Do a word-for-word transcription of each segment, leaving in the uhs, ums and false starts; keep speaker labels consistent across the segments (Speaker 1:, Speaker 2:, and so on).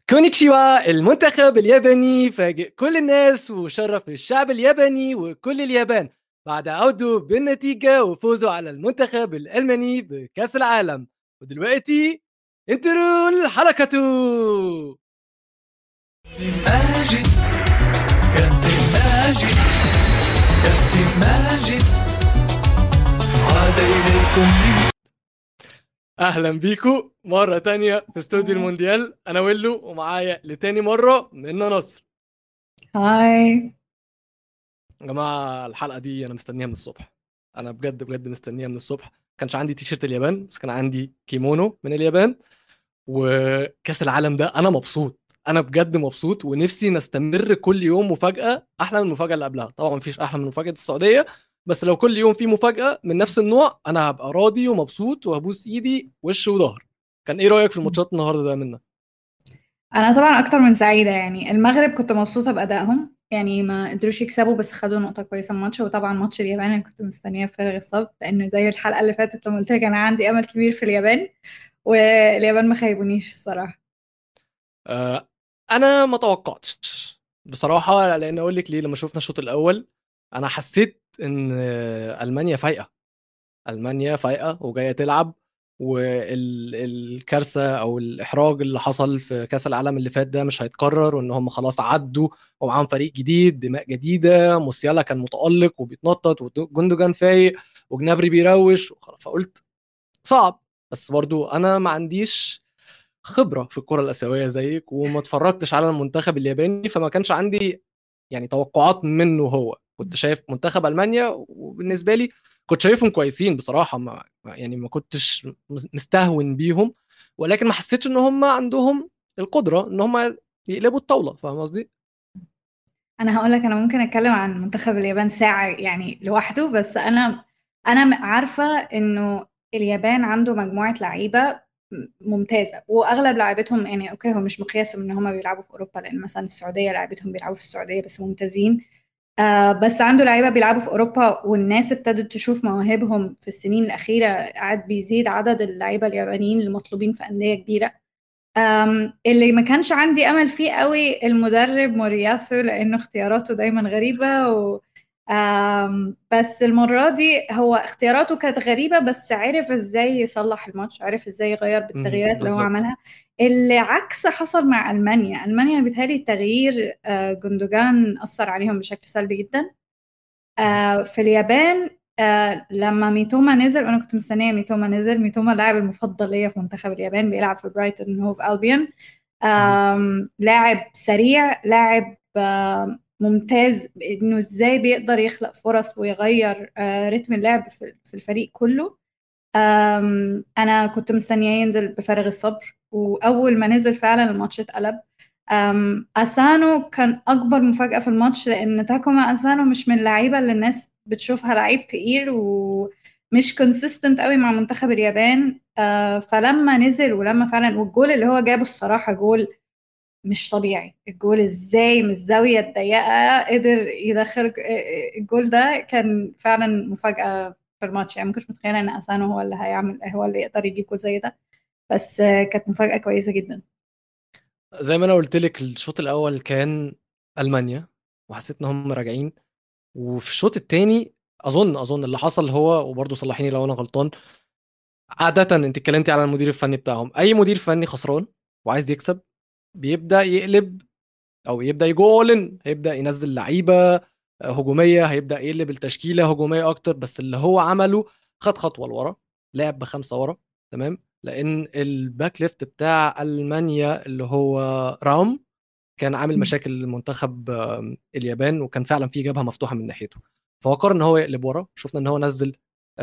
Speaker 1: كونيتشيوا. المنتخب الياباني فاجئ كل الناس وشرف الشعب الياباني وكل اليابان بعد عودته بالنتيجة وفوزه على المنتخب الألماني بكأس العالم. ودلوقتي انتروا الحركة.
Speaker 2: ماجد كابتن ماجد كابتن ماجد عاد إليكم من
Speaker 1: أهلا بيكو مرة تانية في استوديو المونديال. أنا ويلو ومعايا لتاني مرة منى نصر.
Speaker 3: هاي
Speaker 1: يا جماعة الحلقة دي أنا مستنيها من الصبح، أنا بجد بجد مستنيها من الصبح. كانش عندي تيشيرت اليابان بس كان عندي كيمونو من اليابان، وكأس العالم ده أنا مبسوط، أنا بجد مبسوط ونفسي نستمر كل يوم مفاجأة أحلى من المفاجأة اللي قبلها. طبعا مفيش أحلى من مفاجأة السعودية، بس لو كل يوم في مفاجأة من نفس النوع أنا هبقى راضي ومبسوط وهبوس إيدي وش وظهر. كان إيه رأيك في الماتشات النهاردة ده منا؟
Speaker 3: انا طبعا اكتر من سعيده. يعني المغرب كنت مبسوطه بادائهم، يعني ما قدروش يكسبوا بس خدوا نقطه كويسه من الماتش. وطبعا ماتش اليابان انا كنت مستنيه بفارغ الصبر، لان زي الحلقه اللي فاتت لما قلت لك انا عندي امل كبير في اليابان، واليابان ما خيبونيش الصراحه.
Speaker 1: آه أنا ما توقعتش بصراحة، لأن أقول لك ليه. لما شفنا الشوط الأول أنا حسيت إن آه، ألمانيا فايقة، ألمانيا فايقة وجاية تلعب. والكارثة أو الإحراج اللي حصل في كأس العالم اللي فات ده مش هيتكرر، وإن هم خلاص عدوا ومعاهم فريق جديد، دماء جديدة. موسيالا كان متألق وبيتنطط وجندوجان فايق وجنابري بيروش، فقلت صعب. بس برضو أنا ما عنديش خبرة في الكرة الآسيوية زيك وما اتفرجتش على المنتخب الياباني، فما كانش عندي يعني توقعات منه. هو كنت شايف منتخب ألمانيا وبالنسبة لي كنت شايفهم كويسين بصراحة، ما يعني ما كنتش مستهون بيهم، ولكن ما حسيتش ان هم عندهم القدرة ان هم يقلبوا الطاولة. فاهم قصدي؟
Speaker 3: انا هقول لك، انا ممكن اتكلم عن منتخب اليابان ساعه يعني لوحده، بس انا انا م- عارفه انه اليابان عنده مجموعه لعيبه ممتازه، واغلب لعيبتهم يعني اوكي، هو مش مقياس ان هم بيلعبوا في اوروبا، لان مثلا السعوديه لعيبتهم بيلعبوا في السعوديه بس ممتازين. آه بس عنده لعيبه بيلعبوا في اوروبا، والناس ابتدت تشوف مواهبهم في السنين الاخيره. قاعد بيزيد عدد اللعيبه اليابانيين المطلوبين في انديه كبيره. أم، اللي ما كانش عندي امل فيه قوي المدرب مورياسو، لانه اختياراته دايما غريبه و أم، بس المره دي هو اختياراته كانت غريبه، بس عرف ازاي يصلح الماتش، عرف ازاي يغير
Speaker 1: مهم.
Speaker 3: بالتغييرات اللي هو
Speaker 1: بالظبط.
Speaker 3: عملها. اللي عكس حصل مع المانيا. المانيا بيتهيألي تغيير آه، جندوجان اثر عليهم بشكل سلبي جدا.
Speaker 1: مهم.
Speaker 3: آه في اليابان، آه لما ميتوما نزل، وانا كنت مستنيه ميتوما نزل. ميتوما اللاعب المفضل ليا في منتخب اليابان، بيلعب في برايتون هوف البيون.
Speaker 1: مهم.
Speaker 3: آم، لاعب سريع، لاعب آم، ممتاز، انه ازاي بيقدر يخلق فرص ويغير آه رتم اللعب في في الفريق كله. آم، انا كنت مستنياه ينزل بفارغ الصبر، واول ما نزل فعلا الماتش اتقلب. أم أسانو كان أكبر مفاجأة في الماتش، لأن تاكوما أسانو مش من اللعيبة اللي الناس بتشوفها لعيب تقيل ومش كونسيستنت قوي مع منتخب اليابان. أه فلما نزل ولما فعلا، والجول اللي هو جابه الصراحة جول مش طبيعي. الجول ازاي من الزاوية الضيقة قدر يدخل الجول ده، كان فعلا مفاجأة في الماتش. يعني ما كنتش متخيلة ان أسانو هو اللي هيعمل، هو اللي يقدر يجيب جول زي ده. بس آه، كانت مفاجأة كويسة جدا.
Speaker 1: زي ما انا قلت لك الشوط الاول كان المانيا وحسيت ان هم راجعين، وفي الشوط الثاني اظن اظن اللي حصل هو، وبرضه صلحيني لو انا غلطان، عادة انت اتكلمتي على المدير الفني بتاعهم. اي مدير فني خسران وعايز يكسب بيبدأ يقلب او يبدأ يجولن، هيبدأ ينزل لعيبة هجومية، هيبدأ يقلب التشكيلة هجومية اكتر. بس اللي هو عمله خد خطوة لورا، لعب بخمسة ورا، تمام، لان الباك ليفت بتاع المانيا اللي هو رام كان عامل مشاكل للمنتخب آم، اليابان، وكان فعلا في جبهة مفتوحة من ناحيته. فهو قرر ان هو يقلب ورا. شفنا ان هو نزل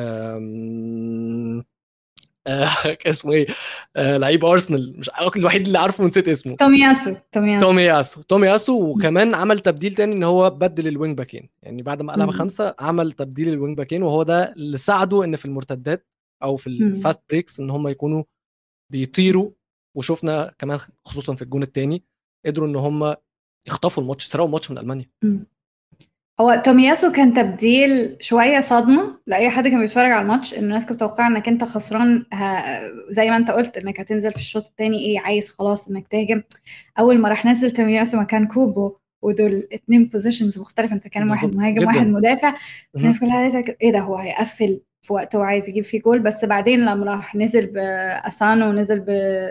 Speaker 1: آم، آه، اسمه ايه، آه، لعيب ارسنال، مش الوحيد اللي عارفه ونسيت اسمه.
Speaker 3: تومياسو تومياسو
Speaker 1: تومياسو تومياسو وكمان عمل تبديل تاني ان هو بدل الوينج باكين، يعني بعد ما قلب
Speaker 3: مم.
Speaker 1: خمسة عمل تبديل الوينج باكين، وهو ده اللي ساعده ان في المرتدات او في
Speaker 3: مم.
Speaker 1: الفاست بريكس ان هم يكونوا بيطيروا. وشفنا كمان خصوصا في الجون الثاني قدروا ان هم يخطفوا الماتش، سرقوا الماتش من المانيا.
Speaker 3: مم. هو تومياسو كان تبديل شويه صدمه لاي حد كان بيتفرج على الماتش، ان الناس كانت متوقعه انك انت خسران، زي ما انت قلت انك هتنزل في الشوط الثاني ايه عايز خلاص انك تهجم. اول ما راح نزل تومياسو مكان كوبو ودول اتنين بوزيشنز مختلفه، انت كان واحد مهاجم واحد مدافع، الناس كلها قالت ايه ده هو هيقفل في وقته وعايز يجيب فيه جول. بس بعدين لما راح نزل باسانو ونزل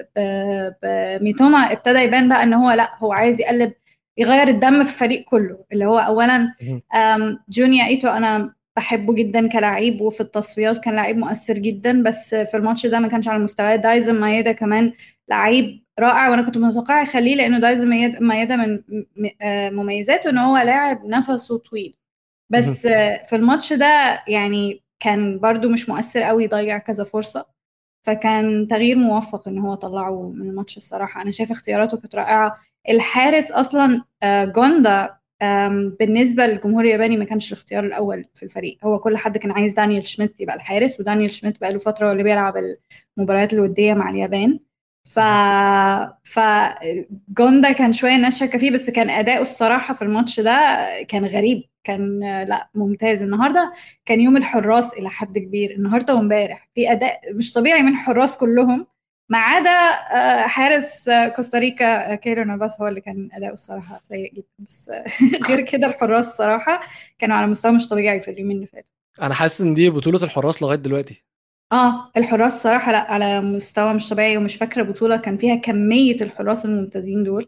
Speaker 3: بميتوما ابتدى يبان بقى ان هو لا هو عايز يقلب يغير الدم في الفريق كله. اللي هو اولا جونيا ايتو انا بحبه جدا كلاعب، وفي التصفيات كان لاعب مؤثر جدا، بس في الماتش ده ما كانش على مستواه. دايزن مايدا كمان لاعب رائع، وانا كنت متوقعه يخليه لانه دايزن مايدا من مميزاته ان هو لاعب نفسه طويل، بس في الماتش ده يعني كان برضو مش مؤثر قوي، ضيع كذا فرصه، فكان تغيير موفق ان هو طلعه من الماتش. الصراحه انا شايفه اختياراته كانت رائعه. الحارس اصلا جوندا بالنسبه للجمهور الياباني ما كانش الاختيار الاول في الفريق، هو كل حد كان عايز دانيال شميت يبقى الحارس، ودانيال شميت بقى له فتره اللي بيلعب المباريات الوديه مع اليابان. ف ف جوندا كان شويه الناس شاكه فيه، بس كان اداؤه الصراحه في الماتش ده كان غريب، كان لا ممتاز. النهارده كان يوم الحراس الى حد كبير، النهارده وامبارح في اداء مش طبيعي من الحراس كلهم، ما عدا حارس كوستاريكا كيلو نافاس هو اللي كان اداؤه الصراحه سيء جدا، بس غير كده الحراس الصراحه كانوا على مستوى مش طبيعي في اليومين اللي فاتوا.
Speaker 1: انا حاسس ان دي بطوله الحراس لغايه دلوقتي.
Speaker 3: اه الحراس صراحه لا على مستوى مش طبيعي، ومش فاكره بطوله كان فيها كميه الحراس الممتازين دول.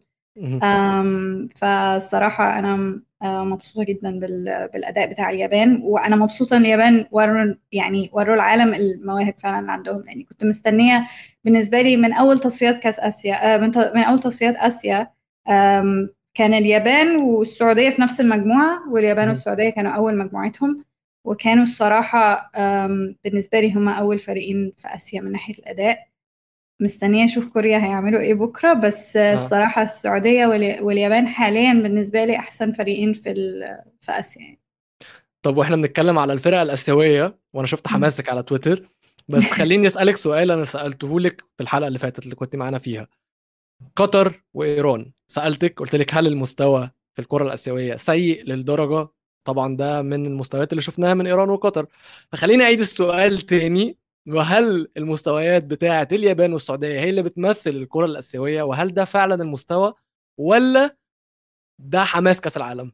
Speaker 3: أم فالصراحه انا مبسوطه جدا بالاداء بتاع اليابان، وانا مبسوطه ان اليابان وروا يعني وروا العالم المواهب فعلا اللي عندهم، لاني كنت مستنيه بالنسبه لي من اول تصفيات كاس اسيا، من من اول تصفيات اسيا كان اليابان والسعوديه في نفس المجموعه، واليابان والسعوديه كانوا اول مجموعتهم، وكانوا الصراحه بالنسبه لي هما اول فريقين في اسيا من ناحيه الاداء. مستنيه اشوف كوريا هيعملوا ايه بكره، بس آه. الصراحه السعوديه واليابان حاليا بالنسبه لي احسن فريقين في في اسيا يعني.
Speaker 1: طب واحنا بنتكلم على الفرق الاسيويه، وانا شفت حماسك على تويتر، بس خليني اسالك سؤال انا سالته لك في الحلقه اللي فاتت اللي كنت معانا فيها. قطر وايران، سالتك قلت لك هل المستوى في الكره الاسيويه سيء للدرجه؟ طبعا ده من المستويات اللي شفناها من ايران وقطر، فخليني اعيد السؤال تاني، وهل المستويات بتاعه اليابان والسعوديه هي اللي بتمثل الكره الاسيويه؟ وهل ده فعلا المستوى ولا ده حماس كاس العالم؟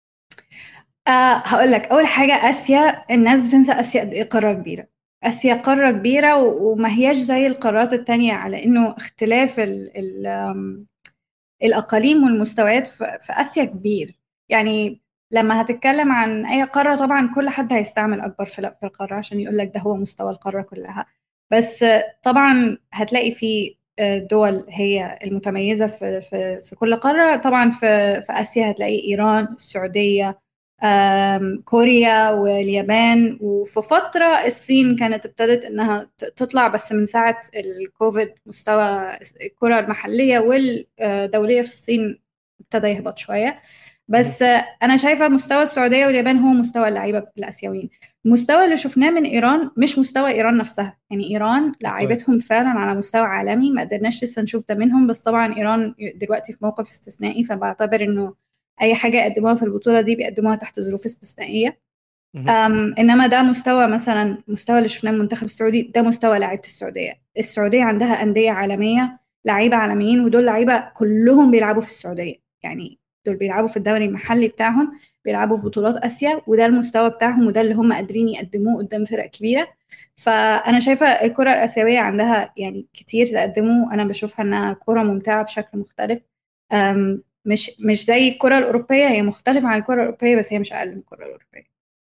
Speaker 3: أه هقول لك اول حاجه، اسيا الناس بتنسى اسيا قد ايه قاره كبيره. اسيا قاره كبيره وما هياش زي القارات التانية، على انه اختلاف ال ال الاقاليم والمستويات في اسيا كبير. يعني لما هتتكلم عن اي قاره طبعا كل حد هيستعمل اكبر في القاره عشان يقول لك ده هو مستوى القاره كلها، بس طبعا هتلاقي في دول هي المتميزه في في في كل قاره. طبعا في في اسيا هتلاقي ايران، السعوديه، كوريا واليابان، وفي فتره الصين كانت ابتدت انها تطلع، بس من ساعه الكوفيد مستوى الكره المحليه والدوليه في الصين ابتدى يهبط شويه. بس انا شايفه مستوى السعوديه واليابان هو مستوى اللعيبه الاسيويين. المستوى اللي شفناه من ايران مش مستوى ايران نفسها، يعني ايران لعيبتهم فعلا على مستوى عالمي، ما قدرناش لسه نشوف ده منهم، بس طبعا ايران دلوقتي في موقف استثنائي، فبعتبر انه اي حاجه يقدموها في البطوله دي بيقدموها تحت ظروف استثنائيه. أم انما ده مستوى مثلا مستوى اللي شفناه المنتخب السعودي، ده مستوى لعيبه السعوديه. السعوديه عندها انديه عالميه، لعيبه عالميين، ودول لعيبه كلهم بيلعبوا في السعوديه، يعني دول بيلعبوا في الدوري المحلي بتاعهم، بيلعبوا في بطولات اسيا، وده المستوى بتاعهم وده اللي هم قادرين يقدموه قدام فرق كبيره. فانا شايفه الكره الاسيويه عندها يعني كتير تقدمه، انا بشوفها انها كره ممتعه بشكل مختلف، مش مش زي الكره الاوروبيه، هي مختلفه عن الكره الاوروبيه بس هي مش اقل من الكره الاوروبيه.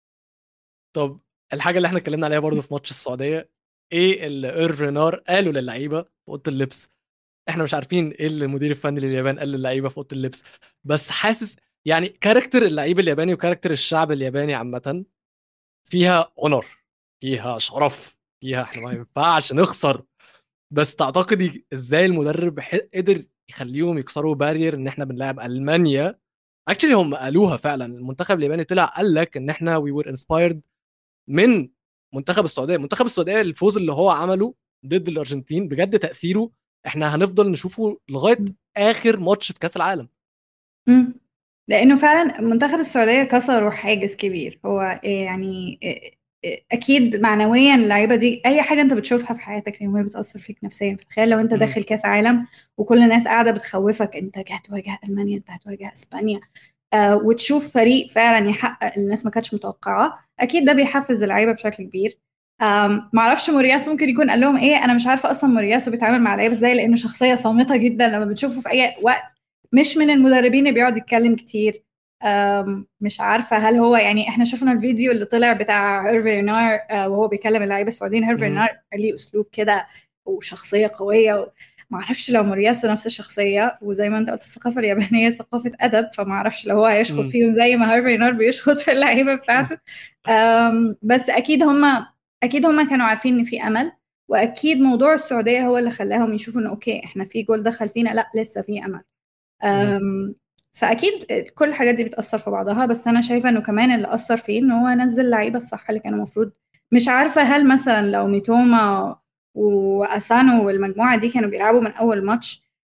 Speaker 1: طب الحاجه اللي احنا اتكلمنا عليها برضو في ماتش السعوديه، ايه اللي ايرف رينار قالوا للعيبه في اوضه اللبس؟ احنا مش عارفين ايه اللي المدير الفني لليابان قال للعيبه في اوضه اللبس، بس حاسس يعني كاركتر اللعيب الياباني وكاركتر الشعب الياباني عامه فيها اونر، فيها شرف، فيها احنا ما ينفعش نخسر. بس تعتقدي ازاي المدرب قدر يخليهم يكسروا بارير ان احنا بنلعب المانيا؟ اكشلي هم قالوها فعلا، المنتخب الياباني طلع قال لك ان احنا وي وير انسبايرد من منتخب السعوديه. منتخب السعوديه الفوز اللي هو عمله ضد الارجنتين بجد تاثيره احنا هنفضل نشوفه لغايه اخر ماتش في كاس العالم.
Speaker 3: امم لانه فعلا منتخب السعوديه كسروا حاجز كبير. هو يعني اكيد معنويا اللعيبه دي اي حاجه انت بتشوفها في حياتك اليوميه بتاثر فيك نفسيا. فتخيل لو انت
Speaker 1: مم.
Speaker 3: داخل كاس عالم وكل الناس قاعده بتخوفك، انت هتواجه المانيا، انت هتواجه اسبانيا، آه وتشوف فريق فعلا يحقق الناس ما كانتش متوقعاه، اكيد ده بيحفز اللعيبه بشكل كبير. آم، معرفش مورياسو ممكن يكون قال لهم ايه، انا مش عارفه اصلا مورياسو بيتعامل مع اللعيبه ازاي، لانه شخصيه صامته جدا لما بتشوفه في اي وقت، مش من المدربين اللي بيقعد يتكلم كتير. آم، مش عارفه هل هو يعني احنا شفنا الفيديو اللي طلع بتاع هيرفي رينار آه، وهو بيكلم اللعيبه السعوديين. هيرفي
Speaker 1: مم.
Speaker 3: رينار ليه اسلوب كده وشخصيه قويه و... ما اعرفش لو مورياسو نفس الشخصيه، وزي ما انت قلت الثقافه اليابانيه ثقافه ادب، فما اعرفش لو هو هيشخط
Speaker 1: مم.
Speaker 3: فيهم زي ما هيرفي رينار بيشخط في اللعيبه بتاعته. آم، بس اكيد هم اكيد هم كانوا عارفين ان في امل، واكيد موضوع السعوديه هو اللي خلاهم يشوفوا ان اوكي احنا في جول دخل فينا، لا لسه في امل.
Speaker 1: مم.
Speaker 3: أم، فاكيد كل الحاجات دي بتاثر في بعضها. بس انا شايفه انه كمان اللي اثر فيه ان هو نزل لعيبه الصح اللي كانوا المفروض. مش عارفه هل مثلا لو ميتوما واسانو والمجموعه دي كانوا بيلعبوا من اول ماتش،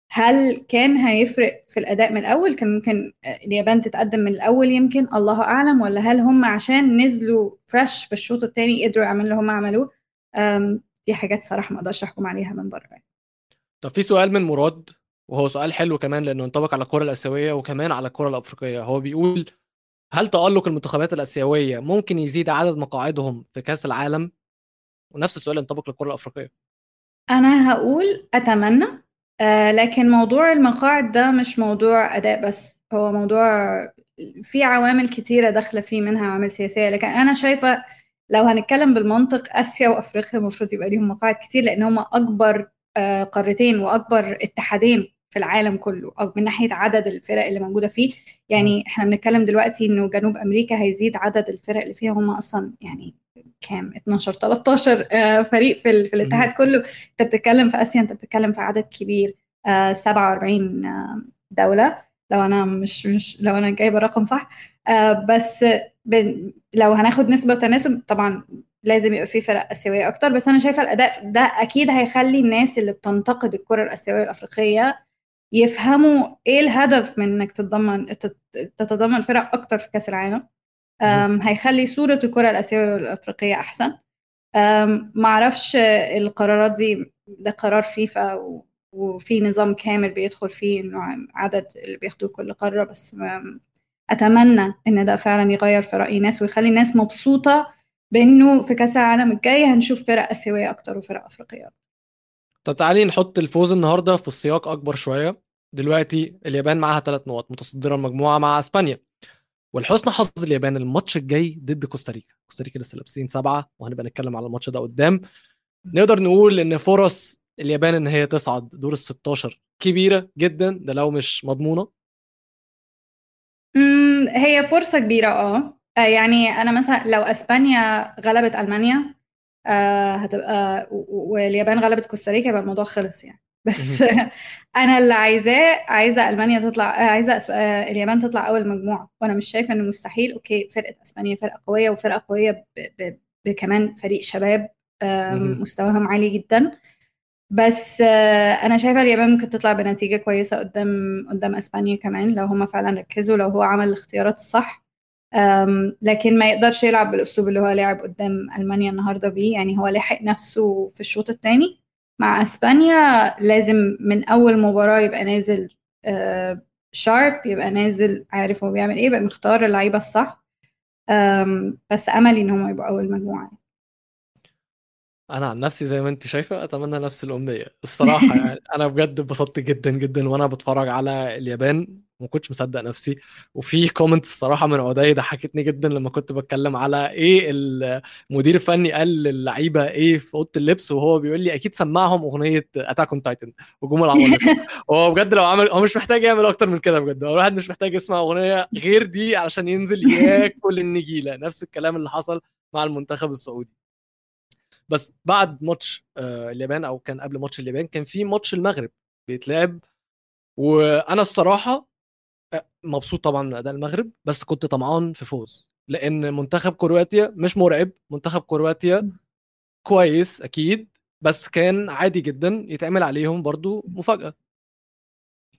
Speaker 3: هل كان هيفرق في الاداء من الاول؟ كان ممكن اليابان تتقدم من الاول يمكن، الله اعلم. ولا هل هم عشان نزلوا فريش في الشوط الثاني قدروا يعملوا اللي هم عملوه؟ أم، دي حاجات صراحه ما اقدرش احكم عليها من بره يعني.
Speaker 1: طب في سؤال من مراد، وهو سؤال حلو كمان لانه ينطبق على الكره الاسيويه وكمان على الكره الافريقيه. هو بيقول: هل تألق المنتخبات الاسيويه ممكن يزيد عدد مقاعدهم في كاس العالم؟ ونفس السؤال ينطبق للكره الافريقيه.
Speaker 3: أنا هقول أتمنى. آه لكن موضوع المقاعد ده مش موضوع أداء بس، هو موضوع في عوامل كتيرة داخلة فيه، منها عوامل سياسية. لكن أنا شايفة لو هنتكلم بالمنطق آسيا وأفريقيا المفروض يبقى ليهم مقاعد كتير، لأن هما أكبر آه قارتين وأكبر اتحادين في العالم كله، أو من ناحية عدد الفرق اللي موجودة فيه.
Speaker 1: مم.
Speaker 3: يعني احنا بنتكلم دلوقتي إنه جنوب أمريكا هيزيد عدد الفرق اللي فيها، هما أصلا يعني كام اتناشر تلتاشر آه فريق في, ال... في
Speaker 1: مم.
Speaker 3: الاتحاد كله. انت بتتكلم في اسيا، انت بتتكلم في عدد كبير، آه سبعة وأربعين آه دولة، لو انا مش مش لو انا جايبه الرقم صح. آه بس ب... لو هناخد نسبة وتناسب طبعا لازم يبقى في فرق اسيوية اكتر. بس انا شايفة الاداء ده اكيد هيخلي الناس اللي بتنتقد الكرة الاسيوية والافريقية يفهموا ايه الهدف من انك تتضمن تت- تتضمن فرق اكتر في كأس العالم.
Speaker 1: مم.
Speaker 3: آم، هيخلي صورة الكرة الآسيوية والأفريقية أحسن. أم، معرفش القرارات دي، ده قرار فيفا و- وفي نظام كامل بيدخل فيه انه عدد اللي بياخدوه كل قارة. بس أم، اتمنى ان ده فعلا يغير في رأي الناس ويخلي الناس مبسوطة بانه في كأس العالم الجاي هنشوف فرق آسيوية اكتر وفرق افريقية أكتر.
Speaker 1: طب تعالي نحط الفوز النهارده في السياق اكبر شويه. دلوقتي اليابان معاها ثلاث نقط، متصدره المجموعه مع اسبانيا. ولحسن حظ اليابان الماتش الجاي ضد كوستاريكا. كوستاريكا لسه لابسين سبعه، وهنبقى نتكلم على الماتش ده قدام. نقدر نقول ان فرص اليابان ان هي تصعد دور ال ستاشر كبيره جدا، ده لو مش مضمونه.
Speaker 3: أمم، هي فرصة كبيرة اه آه، يعني انا مثلا لو اسبانيا غلبت المانيا آه هتبقى و- واليابان غلبت كوستاريكا يبقى الموضوع خلص يعني. بس
Speaker 1: مهم.
Speaker 3: انا اللي عايزاه، عايزه المانيا تطلع، آه، عايزه أس... آه، اليابان تطلع اول مجموعه. وانا مش شايفه انه مستحيل. اوكي فرقه اسبانيا فرقه قويه، وفرقه قويه ب... ب... بكمان فريق شباب آم،
Speaker 1: مهم.
Speaker 3: مستواهم عالي جدا. بس آه، انا شايفه اليابان ممكن تطلع بنتيجه كويسه قدام قدام اسبانيا كمان، لو هما فعلا ركزوا، لو هو عمل الاختيارات الصح. أم، لكن ما يقدرش يلعب بالاسلوب اللي هو لعب قدام المانيا النهارده بيه. يعني هو لحق نفسه في الشوط الثاني مع اسبانيا، لازم من اول مباراه يبقى نازل أه، شارب، يبقى نازل عارف هو بيعمل ايه، يبقى مختار اللعيبه الصح. أم، بس املي ان هم يبقوا اول مجموعه.
Speaker 1: انا عن نفسي زي ما انت شايفه اتمنى نفس الامنيه الصراحه. يعني انا بجد اتبسطت جدا جدا وانا بتفرج على اليابان، وما كنتش مصدق نفسي. وفي كومنتس الصراحه من عدي ضحكتني جدا لما كنت بتكلم على ايه المدير الفني قال للعيبه ايه في اوضه اللبس، وهو بيقول لي اكيد سمعهم اغنيه اتاك اون تايتن هجوم العمالقه. هو بجد لو عمل، هو مش محتاج يعمل اكتر من كده بجد. هو الواحد مش محتاج يسمع اغنيه غير دي علشان ينزل ياكل النجيله. نفس الكلام اللي حصل مع المنتخب السعودي. بس بعد ماتش آه، اليابان، او كان قبل ماتش اليابان، كان في ماتش المغرب بيتلعب. وانا الصراحه آه، مبسوط طبعا من اداء المغرب، بس كنت طمعان في فوز، لان منتخب كرواتيا مش مرعب. منتخب كرواتيا كويس اكيد، بس كان عادي جدا يتعمل عليهم برضو مفاجأة.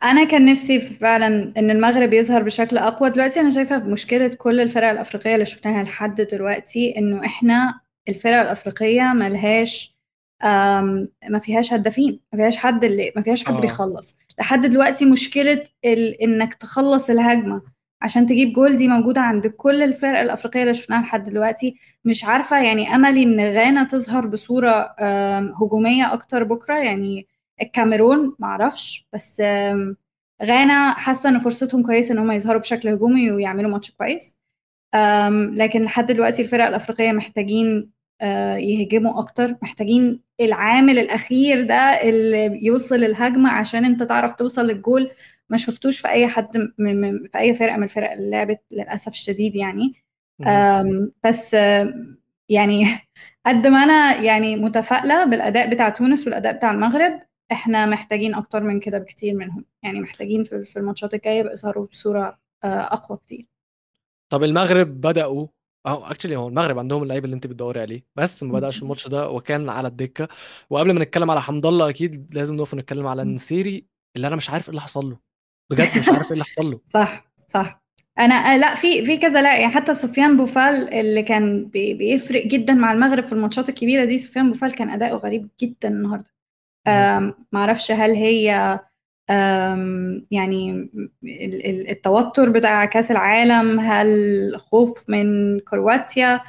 Speaker 3: انا كان نفسي فعلا ان المغرب يظهر بشكل اقوى. دلوقتي انا شايفه مشكله كل الفرق الافريقيه اللي شفناها لحد دلوقتي انه احنا الفرق الافريقيه ملهاش آم، ما فيهاش هدافين، ما فيهاش حد اللي ما فيهاش حد
Speaker 1: اه
Speaker 3: بيخلص لحد دلوقتي. مشكله ال... انك تخلص الهجمه عشان تجيب جول دي موجوده عند كل الفرق الافريقيه اللي شفناها لحد دلوقتي. مش عارفه يعني، املي ان غانا تظهر بصوره آم، هجوميه اكتر بكره يعني. الكاميرون معرفش، بس آم، غانا حاسه ان فرصتهم كويسه ان هم يظهروا بشكل هجومي ويعملوا ماتش كويس. آم، لكن لحد دلوقتي الفرق الافريقيه محتاجين آه، يهجموا اكتر، محتاجين العامل الاخير ده اللي يوصل الهجمه عشان انت تعرف توصل للجول. ما شفتوش في اي حد م- م- في اي فرقه من الفرق اللي لعبت للاسف الشديد يعني.
Speaker 1: مهم.
Speaker 3: آم، بس آم، يعني قد ما انا يعني متفائله بالاداء بتاع تونس والاداء بتاع المغرب، احنا محتاجين اكتر من كده بكتير منهم يعني. محتاجين في في الماتشات الجايه بيظهروا بصوره آه، اقوى كتير.
Speaker 1: طب المغرب بدأوا اهو اكشلي، هو المغرب عندهم اللعيب اللي انت بتدوري عليه، بس ما بدأش الماتش ده وكان على الدكة. وقبل ما نتكلم على حمد الله اكيد لازم نقف نتكلم على النسيري اللي انا مش عارف ايه اللي حصل له، بجد مش عارف ايه اللي حصل له.
Speaker 3: صح صح. انا آه، لا، في في كذا لاعب يعني. حتى سفيان بوفال اللي كان بي- بيفرق جدا مع المغرب في الماتشات الكبيره دي، سفيان بوفال كان اداؤه غريب جدا النهارده.
Speaker 1: مهم.
Speaker 3: آم، معرفش هل هي آم، يعني ال- ال- التوتر بتاع كأس العالم، هل خوف من كرواتيا،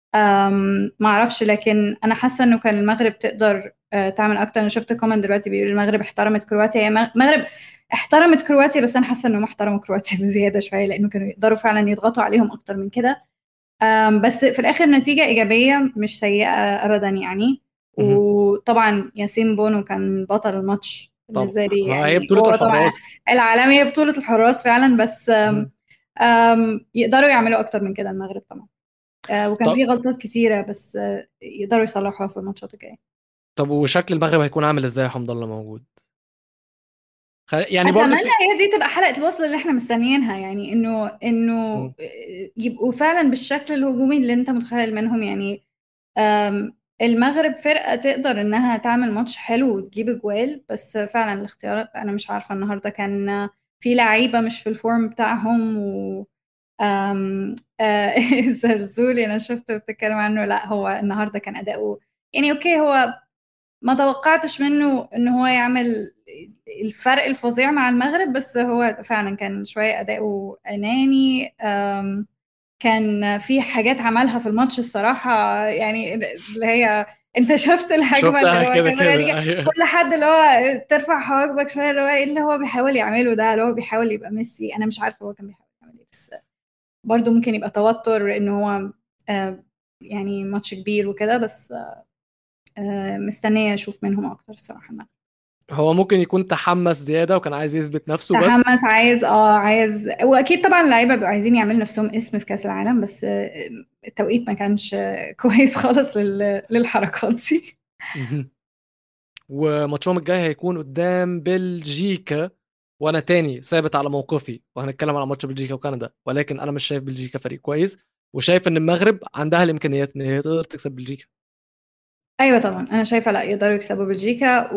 Speaker 3: أم، ما اعرفش. لكن انا حاسه انه كان المغرب تقدر آه، تعمل اكتر. انا شفت كومنت دلوقتي بيقول المغرب احترمت كرواتيا. هي مغ- المغرب احترمت كرواتيا، بس انا حاسه انهم احترموا كرواتيا بزياده شويه لانه كانوا يقدروا فعلا يضغطوا عليهم اكتر من كده. أم، بس في الاخر نتيجه ايجابيه مش سيئه ابدا يعني.
Speaker 1: مهم.
Speaker 3: وطبعا ياسين بونو كان بطل الماتش
Speaker 1: طبعا
Speaker 3: بالنسبه لي
Speaker 1: ما هي
Speaker 3: يعني.
Speaker 1: بطولة
Speaker 3: هو طبعا
Speaker 1: الحراس.
Speaker 3: العالميه بطوله الحراس فعلا، بس أم،
Speaker 1: مهم.
Speaker 3: أم، يقدروا يعملوا اكتر من كده المغرب طبعا. آه، وكان في
Speaker 1: طب
Speaker 3: غلطات كتيرة، بس آه، يقدروا يصلحوها في الماتشات الجاية.
Speaker 1: طب وشكل المغرب هيكون عامل ازاي يا حمد الله موجود؟ خ- يعني برضو
Speaker 3: أتمنى
Speaker 1: في
Speaker 3: هي دي تبقى حلقة الوصل اللي احنا مستنيينها يعني. إنه إنه
Speaker 1: مم.
Speaker 3: آه، يبقوا فعلا بالشكل الهجومي اللي أنت متخيل منهم يعني. آم، المغرب فرقة تقدر إنها تعمل ماتش حلو وتجيب أجوال، بس فعلا الاختيارات أنا مش عارفة. النهاردة كان في لعيبة مش في الفورم بتاعهم و آم، آه، الزرزولي أنا شفته بتتكلم عنه. لا، هو النهاردة كان أداؤه يعني أوكي. هو ما توقعتش منه ان هو يعمل الفرق الفظيع مع المغرب، بس هو فعلا كان شوية أداؤه أناني. أم، كان في حاجات عملها في الماتش الصراحة يعني، اللي هي انت شفت الهجمة اللي
Speaker 1: شفتها
Speaker 3: هو
Speaker 1: كده
Speaker 3: كان
Speaker 1: كده
Speaker 3: غريب.
Speaker 1: ايوه.
Speaker 3: كل حد اللي هو ترفع حواجبك شوية، اللي هو ايه اللي هو بيحاول يعمله ده، اللي هو بيحاول يبقى ميسي. انا مش عارفة هو كان بيحاول يعمل ايه، بس برضه ممكن يبقى توتر ان هو آه، يعني ماتش كبير وكده. بس آه، مستنية اشوف منهم اكتر الصراحة.
Speaker 1: هو ممكن يكون تحمس زيادة وكان عايز يثبت نفسه بس.
Speaker 3: تحمس، عايز اه عايز. واكيد طبعا اللعيبه بيبقوا عايزين يعملوا نفسهم اسم في كاس العالم، بس آه، التوقيت ما كانش آه، كويس خالص لل... للحركات دي.
Speaker 1: مهم. وماتشهم الجاي هيكون قدام بلجيكا، وانا تاني ثابت على موقفي، وهنتكلم على ماتش بلجيكا وكندا، ولكن انا مش شايف بلجيكا فريق كويس، وشايف ان المغرب عندها الامكانيات ان هي تقدر تكسب بلجيكا.
Speaker 3: ايوه طبعا انا شايفه لا، يقدروا يكسبوا بلجيكا.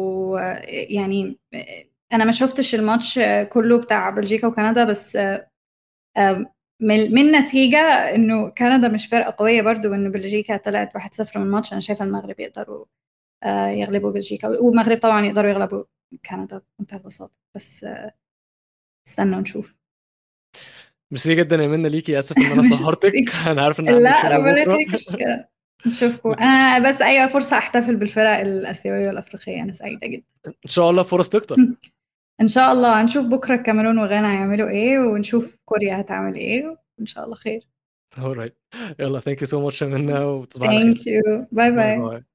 Speaker 3: ويعني انا ما شفتش الماتش كله بتاع بلجيكا وكندا، بس آه، من من نتيجه انه كندا مش فرقه قويه برضو، وان بلجيكا طلعت واحد صفر من الماتش. انا شايفه المغرب يقدروا آه، يغلبوا بلجيكا، والمغرب طبعا يقدروا يغلبوا كندا بمنتهى البساطه. بس آه، استنى ونشوف.
Speaker 1: ميرسي جدا يا منى ليكي، اسف ان انا سهرتك
Speaker 3: ميرسي.
Speaker 1: انا عارف ان عندك
Speaker 3: لا،
Speaker 1: شغل
Speaker 3: ربنا
Speaker 1: بكره.
Speaker 3: يخليك، مش مشكلة. نشوفكم. أنا بس أي فرصة أحتفل بالفرق الآسيوية والأفريقية أنا سعيدة جدا.
Speaker 1: ان شاء الله فرص تكتر.
Speaker 3: إن شاء الله هنشوف بكرة الكاميرون وغانا هيعملوا إيه، ونشوف كوريا هتعمل إيه، وإن شاء الله خير.
Speaker 1: alright. يلا ثانك يو سو ماتش يا منى وتصبح على
Speaker 3: Thank
Speaker 1: خير.
Speaker 3: you. باي
Speaker 1: باي
Speaker 3: باي.
Speaker 1: باي.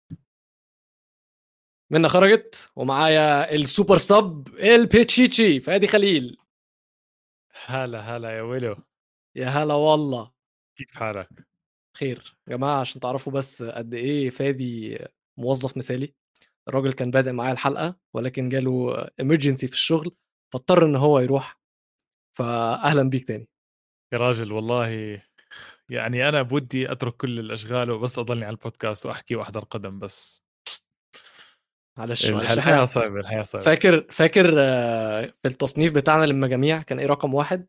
Speaker 1: منى خرجت ومعايا السوبر سب البيتشيتشي فادي خليل.
Speaker 4: هلا هلا يا ويلو،
Speaker 1: يا هلا والله.
Speaker 4: كيف حالك؟
Speaker 1: خير يا جماعه، عشان تعرفوا بس قد ايه فادي موظف مثالي. الراجل كان بادئ معايا الحلقه ولكن جاله امرجنسي في الشغل، فاضطر ان هو يروح، فاهلا بيك تاني.
Speaker 4: يا راجل والله يعني أنا بودي أترك كل الأشغال وبس أضلني على البودكاست وأحكي وأحضر قدم بس.
Speaker 1: معلش معلش
Speaker 4: الحياة
Speaker 1: احنا
Speaker 4: صعبة، الحياة صعبة.
Speaker 1: فاكر فاكر آه، في التصنيف بتاعنا للمجاميع كان ايه رقم واحد؟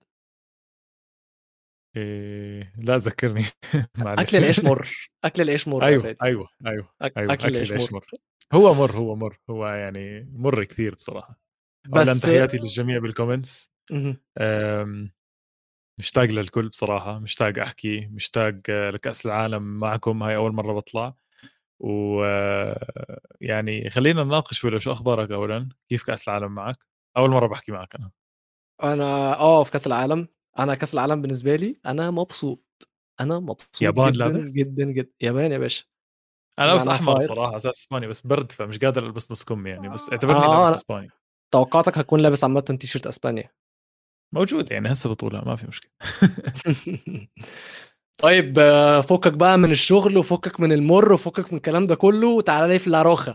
Speaker 4: إيه لا ذكرني
Speaker 1: اكل
Speaker 4: معلش.
Speaker 1: العيش مر، اكل العيش مر يا
Speaker 4: ايوه
Speaker 1: فادي.
Speaker 4: ايوه ايوه
Speaker 1: أك...
Speaker 4: ايوه
Speaker 1: اكل
Speaker 4: اكل
Speaker 1: العيش
Speaker 4: العيش
Speaker 1: مر.
Speaker 4: مر. هو مر هو مر هو يعني مر كثير بصراحة. اولا
Speaker 1: بس
Speaker 4: تحياتي للجميع بالكومنتس.
Speaker 1: مهم.
Speaker 4: أم، مشتاق للكل بصراحة، مشتاق احكي، مشتاق آه، لكأس العالم معكم. هاي اول مرة بطلع، و آه، يعني خلينا نناقش. ولا شو اخبارك اولا؟ كيف كأس العالم معك؟ اول مرة بحكي معك انا.
Speaker 1: انا اه في كاس العالم، انا كاس العالم بالنسبه لي انا مبسوط، انا مبسوط
Speaker 4: يابان
Speaker 1: جدا
Speaker 4: لابس.
Speaker 1: جدا جدا. يابان يا باشا.
Speaker 4: انا
Speaker 1: يعني
Speaker 4: لابس
Speaker 1: انا
Speaker 4: احمر
Speaker 1: فاير.
Speaker 4: بصراحة، اساس اسباني، بس برد فمش قادر البس نص كم يعني، بس
Speaker 1: انا
Speaker 4: اعتبرني
Speaker 1: اه
Speaker 4: لابس
Speaker 1: أنا
Speaker 4: اسباني.
Speaker 1: توقعتك هتكون لابس عامه تيشيرت اسبانيا.
Speaker 4: موجود يعني هسه بطولة، ما في مشكلة.
Speaker 1: طيب آه، فكك بقى من الشغل وفكك من المر وفكك من الكلام ده كله وتعالى لي في لاروخا.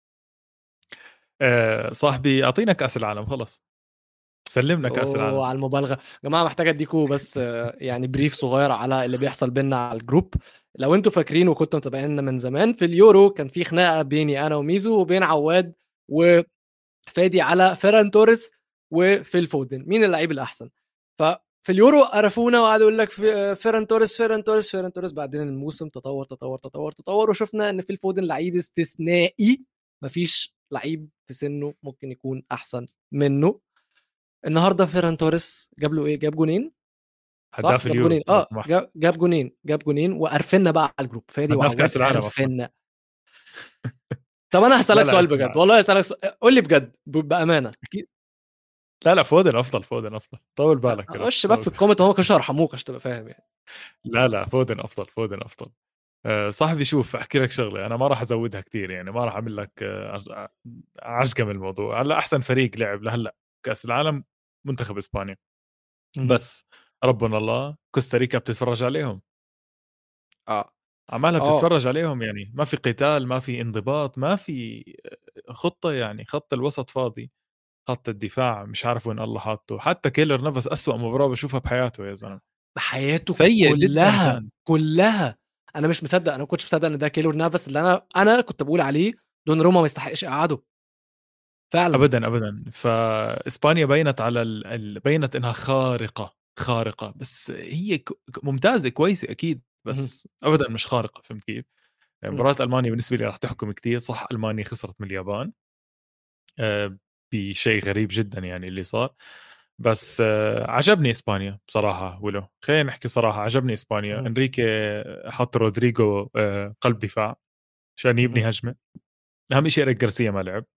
Speaker 4: آه، صاحبي اعطينا كأس العالم خلص، سلمنا كأس
Speaker 1: اوه
Speaker 4: العالم.
Speaker 1: على المبالغه. يا جماعه محتاج اديكم بس آه، يعني بريف صغير على اللي بيحصل بينا على الجروب. لو انتوا فاكرين وكنتوا متابعيننا من زمان، في اليورو كان في خناقه بيني انا وميزو وبين عواد وفادي على فيران توريس وفيل فودن، مين اللعيب الاحسن. ففي اليورو قرفونا وقعدوا يقول لك في- فيران توريس فيران توريس فيران توريس. بعدين الموسم تطور تطور تطور تطور وشفنا ان فيل فودن لعيب استثنائي، مفيش لعيب في سنه ممكن يكون احسن منه. النهارده فيران توريس جاب له ايه؟ جاب جونين. صح
Speaker 4: هداف
Speaker 1: جاب
Speaker 4: اليورو
Speaker 1: جونين،
Speaker 4: لو
Speaker 1: اه
Speaker 4: سمحت.
Speaker 1: جاب جاب جونين جاب جونين وقرفنا بقى على الجروب، فادي
Speaker 4: هداف
Speaker 1: وعواد
Speaker 4: كأس العالم اصلا.
Speaker 1: قرفنا. طب انا
Speaker 4: لا
Speaker 1: هسالك
Speaker 4: لا
Speaker 1: سؤال
Speaker 4: اسمع،
Speaker 1: بجد، والله هسالك سؤال. قول لي بجد ب- بامانه.
Speaker 4: اكيد. لا لا فودن افضل، فودن افضل، طول بالك كده
Speaker 1: خش بقى في
Speaker 4: طول.
Speaker 1: الكومنت، هم ما كانوش هيرحموك عشان تبقى فاهم يعني.
Speaker 4: لا لا فودن افضل، فودن افضل. أه صاحبي شوف احكي لك شغله، انا ما راح ازودها كثير يعني، ما راح اعمل لك أه عج- عجقه من الموضوع. هلا احسن فريق لعب لهلا كاس العالم منتخب اسبانيا،
Speaker 1: مهم.
Speaker 4: بس ربنا الله كوستاريكا بتتفرج عليهم،
Speaker 1: اه
Speaker 4: عمالها
Speaker 1: اه
Speaker 4: بتتفرج عليهم يعني، ما في قتال، ما في انضباط، ما في خطه يعني. خط الوسط فاضي، خط الدفاع مش عارف وين الله حاطه. حتى كيلر نفس أسوأ مباراة بشوفها بحياته يا زلمه،
Speaker 1: بحياته
Speaker 4: سيء جدا
Speaker 1: كلها
Speaker 4: كان.
Speaker 1: كلها. انا مش مصدق، انا ما كنتش مصدق ان ده كيلور نافس اللي انا انا كنت بقول عليه دون روما ما يستحقش اقعده فعلا.
Speaker 4: ابدا ابدا. فاسبانيا بينت على ال... ال- بينت انها خارقه خارقه، بس هي ك... ك- ممتازه كويسه اكيد،
Speaker 1: مهم.
Speaker 4: بس ابدا مش خارقه. فهمت كيف؟ يعني
Speaker 1: مهم.
Speaker 4: مباراه المانيا بالنسبه لي راح تحكم كتير. صح المانيا خسرت من اليابان آه، بشيء غريب جدا يعني اللي صار، بس آه، عجبني اسبانيا بصراحه. ولو خلينا نحكي صراحه، عجبني اسبانيا.
Speaker 1: مهم.
Speaker 4: انريكي حط رودريجو آه، قلب دفاع عشان
Speaker 1: مهم.
Speaker 4: يبني هجمه. اهم شيء إيريك جارسيا ما لعب.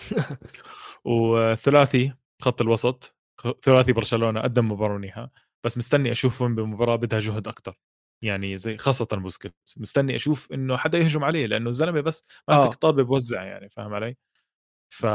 Speaker 4: وثلاثي خط الوسط، خ- ثلاثي برشلونه قدم مباراه منيحه، بس مستني اشوفهم بمباراه بدها جهد اكثر يعني، زي خاصه بوسكيتس. مستني اشوف انه حدا يهجم عليه، لانه الزلمه بس ماسك
Speaker 1: اه
Speaker 4: طابه بوزع يعني، فاهم علي؟ ف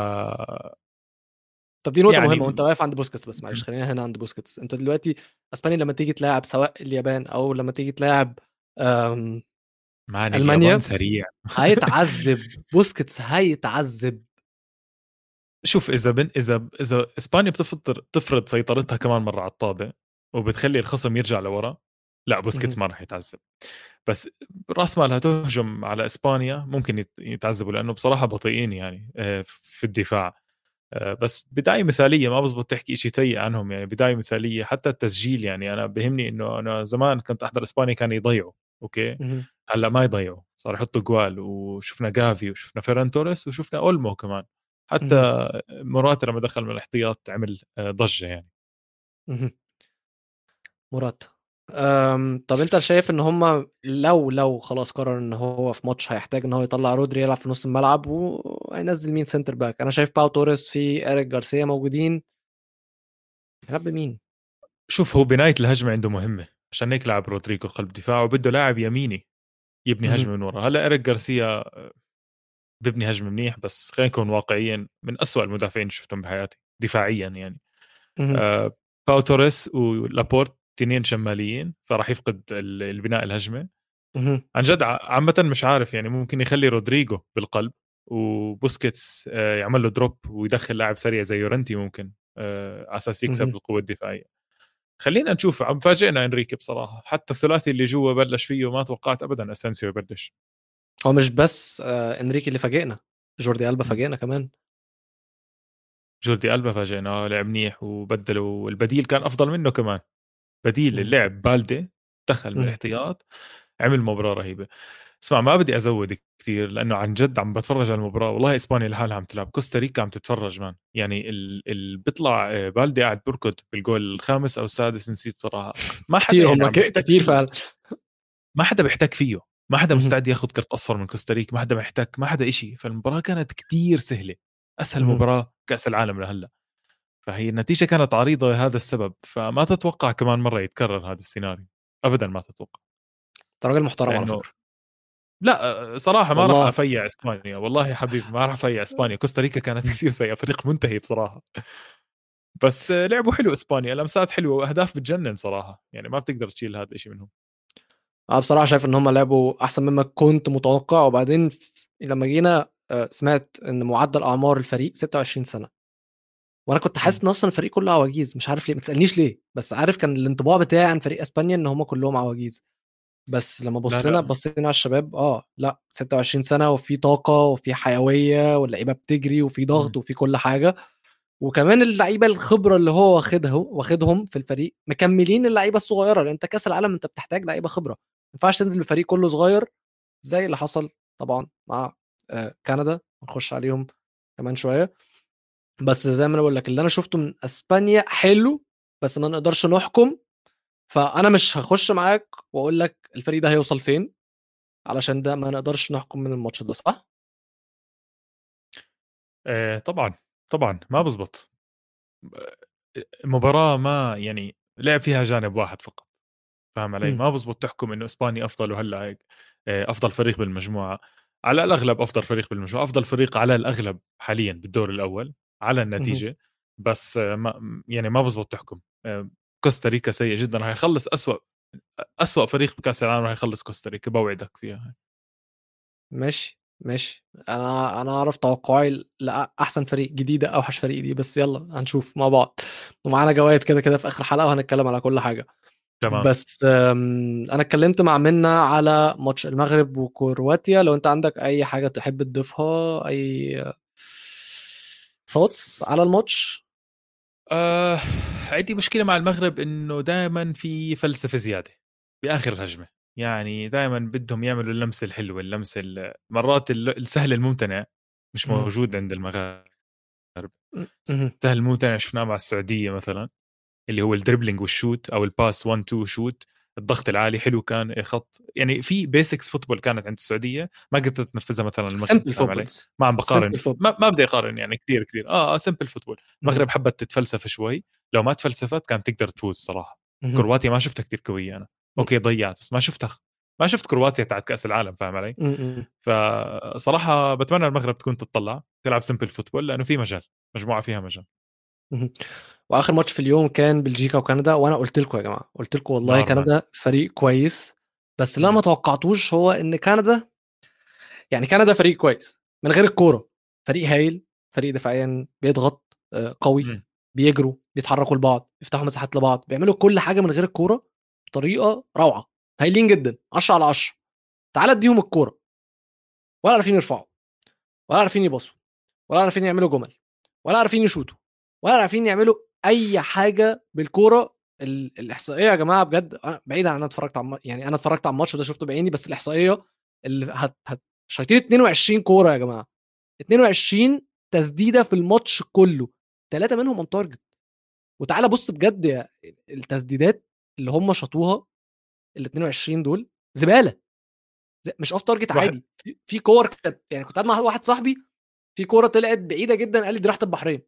Speaker 1: طب دي نقطة
Speaker 4: يعني
Speaker 1: مهمة وانت واقف عند بوسكيتس. بس معلش خلينا هنا عند بوسكيتس. انت دلوقتي اسبانيا لما تيجي تلاعب سواء اليابان او لما تيجي تلاعب آم،
Speaker 4: مان اليابان
Speaker 1: المانيا
Speaker 4: سريع.
Speaker 1: هيتعذب. بوسكيتس هيتعذب.
Speaker 4: شوف اذا بن اذا اذا اسبانيا بتفرض بتفرض سيطرتها كمان مره على الطابه وبتخلي الخصم يرجع لورا، لا بوسكيتس
Speaker 1: مهم.
Speaker 4: ما راح يتعذب. بس راس مالها تهجم على اسبانيا ممكن يت- يتعذبوا، لانه بصراحه بطيئين يعني آه، في الدفاع. آه، بس بدايه مثاليه، ما بزبط تحكي شيء سيء عنهم يعني. بدايه مثاليه، حتى التسجيل يعني. انا بهمني انه انا زمان كنت احضر اسبانيا كانوا يضيعوا، اوكي
Speaker 1: مهم.
Speaker 4: هلا ما يضيعوا، صار يحطوا جوال. وشفنا جافي وشفنا فيران توريس وشفنا اولمو كمان،
Speaker 1: مهم.
Speaker 4: حتى موراتا لما دخل من الاحتياط عمل آه، ضجه يعني.
Speaker 1: مهم. مراد أم، طب انت شايف ان هم لو لو خلاص قرر ان هو في ماتش هيحتاج ان هو يطلع رودري يلعب في نص الملعب وهينزل مين سنتر باك؟ انا شايف باو توريس في اريك جارسيا موجودين. يلعب بمين؟
Speaker 4: شوف هو بنايه الهجمه عنده مهمه، عشان هيك لعب رودريجو قلب دفاع، وبده لاعب يميني يبني
Speaker 1: مهم.
Speaker 4: هجمه من ورا. هلا إيريك جارسيا ببني هجمه منيح، بس خلينا نكون واقعيين، من أسوأ المدافعين اللي شفتهم بحياتي دفاعيا يعني.
Speaker 1: مهم.
Speaker 4: آه باو توريس ولابورت تنين شماليين، فراح يفقد ال- البناء الهجمه
Speaker 1: مهم.
Speaker 4: عن جد. ع- عامه مش عارف يعني، ممكن يخلي رودريجو بالقلب وبوسكيتس آه يعمل له دروب ويدخل لاعب سريع زي يورنتي ممكن آه على اساس يكسب
Speaker 1: مهم.
Speaker 4: القوه الدفاعيه. خلينا نشوف. عم فاجئنا انريكي بصراحه، حتى الثلاثي اللي جوا بلش فيه، وما توقعت ابدا اسانسيو يبلش.
Speaker 1: هو مش بس آه انريكي اللي فاجئنا، جوردي ألبا فاجئنا كمان.
Speaker 4: جوردي ألبا فاجئنا، لعب منيح وبدلوا البديل كان افضل منه كمان. بديل
Speaker 1: مم.
Speaker 4: اللعب بالدي دخل من
Speaker 1: مم.
Speaker 4: الاحتياط، عمل مباراة رهيبة. اسمع، ما بدي ازود كثير لانه عن جد عم بتفرج على المباراة، والله اسبانيا لحالها عم تلعب، كوستاريكا عم تتفرج مان. يعني اللي بيطلع آه، بالدي قاعد بركض بالجول الخامس او السادس، نسيت صراحة. ما حدا
Speaker 1: كتير
Speaker 4: يعني
Speaker 1: هم
Speaker 4: عم
Speaker 1: ك-
Speaker 4: بيحتك
Speaker 1: كتير
Speaker 4: فيه،
Speaker 1: فعلا.
Speaker 4: ما حدا بيحتك فيه، ما حدا
Speaker 1: مهم.
Speaker 4: مستعد ياخذ كرت اصفر من كوستاريكا، ما حدا محتك، ما حدا إشي. فالمباراة كانت كتير سهلة، اسهل
Speaker 1: مهم.
Speaker 4: مباراة كأس العالم لهلا. فهي النتيجة كانت عريضة لهذا السبب، فما تتوقع كمان مرة يتكرر هذا السيناريو، ابدا ما تتوقع.
Speaker 1: انت راجل محترم على
Speaker 4: لانه
Speaker 1: فكرة.
Speaker 4: لا صراحة ما راح
Speaker 1: والله.
Speaker 4: افيع اسبانيا، والله يا حبيبي ما راح افيع اسبانيا. كوستاريكا كانت كثير سيئة، فريق منتهي بصراحة. بس لعبوا حلو اسبانيا، لمسات حلوة واهداف بتجنن صراحة، يعني ما بتقدر تشيل هذا الشيء منهم.
Speaker 1: انا بصراحة شايف ان هم لعبوا احسن مما كنت متوقع. وبعدين ف- لما جينا آه، سمعت ان معدل اعمار الفريق ستة وعشرين سنة، وانا كنت حاسس
Speaker 4: مم.
Speaker 1: ان اصلا الفريق كله عواجيز. مش عارف ليه، ما تسالنيش ليه، بس عارف كان الانطباع بتاعي عن فريق اسبانيا ان هم كلهم عواجيز. بس لما
Speaker 4: لا
Speaker 1: بصينا
Speaker 4: لا.
Speaker 1: بصينا على الشباب، اه لا، ستة وعشرين سنة وفي طاقة وفي حيوية واللعيبة بتجري وفي ضغط
Speaker 4: مم.
Speaker 1: وفي كل حاجة. وكمان اللعيبة الخبرة اللي هو واخدها واخدهم في الفريق مكملين اللعيبة الصغيرة، لان انت كاس العالم انت بتحتاج لعيبة خبرة. ما ينفعش تنزل بفريق كله صغير زي اللي حصل طبعا مع آه، كندا. هنخش عليهم كمان شوية. بس زي ما انا بقول لك، اللي انا شفته من اسبانيا حلو، بس ما نقدرش نحكم. فانا مش هخش معاك واقول لك الفريق ده هيوصل فين، علشان ده ما نقدرش نحكم من الماتش ده، صح؟
Speaker 4: آه طبعا، طبعا ما بزبط. المباراة ما يعني لعب فيها جانب واحد فقط، فاهم علي؟
Speaker 1: مم.
Speaker 4: ما بزبط تحكم انه اسبانيا افضل وهلا هيك آه، افضل فريق بالمجموعة. على الاغلب افضل فريق بالمجموعة، افضل فريق على الاغلب حاليا بالدور الاول على
Speaker 1: مهم.
Speaker 4: النتيجة. بس آه، ما يعني ما بزبط تحكم. آه، كوستاريكا سيء جدا، راح يخلص اسوأ اسوأ فريق بكاس العالم، راح يخلص كوستاريكا، بوعدك فيها.
Speaker 1: ماشي ماشي. انا انا اعرف توقعي لاحسن فريق جديده اوحش فريق دي، بس يلا هنشوف مع بعض. ومعانا جوائز كده كده في اخر حلقه، وهنتكلم على كل حاجه.
Speaker 4: تمام.
Speaker 1: بس أم، انا اتكلمت مع منا على ماتش المغرب وكرواتيا. لو انت عندك اي حاجه تحب تضيفها، اي ثوتس على الماتش.
Speaker 4: آه عندي مشكلة مع المغرب انه دائما في فلسفة زيادة باخر الهجمة. يعني دائما بدهم يعملوا اللمسة الحلوة، اللمسة ال- مرات ال- السهل الممتنع مش
Speaker 1: مهم.
Speaker 4: موجود عند المغرب.
Speaker 1: مهم.
Speaker 4: السهل الممتنع شفناه مع السعودية مثلا، اللي هو الدربلينج والشوت او الباس واحد اتنين شوت، الضغط العالي حلو كان خط. يعني في بيسكس فوتبول كانت عند السعوديه ما قدرت تنفذها مثلا المغرب،
Speaker 1: سمبل
Speaker 4: فاهم علي؟
Speaker 1: فوتبولز.
Speaker 4: ما عم بقارن،
Speaker 1: سمبل فوتبول.
Speaker 4: ما, ما بدي اقارن يعني كثير كثير اه, آه سمبل فوتبول. المغرب حبت تتفلسف شوي، لو ما تفلسفت كانت تقدر تفوز صراحه. كرواتيا ما شفتها كثير قويه انا، اوكي ضيعت، بس ما شفتها، ما شفت كرواتيا تاعت كاس العالم، فاهم علي؟ فصراحه بتمنى المغرب تكون تطلع تلعب سمبل فوتبول، لانه في مجال، مجموعه فيها مجال.
Speaker 1: واخر ماتش في اليوم كان بلجيكا وكندا، وانا قلت لكم يا جماعه، قلت لكم والله
Speaker 4: نار مان.
Speaker 1: كندا فريق كويس. بس اللي انا
Speaker 4: مم.
Speaker 1: ما توقعتوش هو ان كندا، يعني كندا فريق كويس من غير الكوره، فريق هايل، فريق دفاعيا بيضغط، آه، قوي،
Speaker 4: مم.
Speaker 1: بيجروا، بيتحركوا لبعض، بيفتحوا مساحات لبعض، بيعملوا كل حاجه من غير الكوره بطريقه روعه. هايلين جدا، عشرة على عشرة. تعال اديهم الكوره، ولا عارفين يرفعوا، ولا عارفين يبصوا، ولا عارفين يعملوا جمل، ولا عارفين يشوتوا، ولا عارفين يعملوا اي حاجه بالكوره. ال- الاحصائيه يا جماعه بجد، أنا بعيدا عن انا اتفرجت على الم- يعني انا اتفرجت على الماتش وده شفته بعيني، بس الاحصائيه اللي هت هت شايطين اتنين وعشرين كوره يا جماعه، اتنين وعشرين تسديده في الماتش كله، ثلاثه منهم اون تارجت. وتعالى بص بجد يا، التسديدات اللي هم شاطوها ال اتنين وعشرين دول زباله. ز- مش اوف تارجت
Speaker 4: واحد.
Speaker 1: عادي، في, في كور كانت، يعني كنت قاعد مع واحد صاحبي، في كوره طلعت بعيده جدا، قال لي دي راحت البحرين.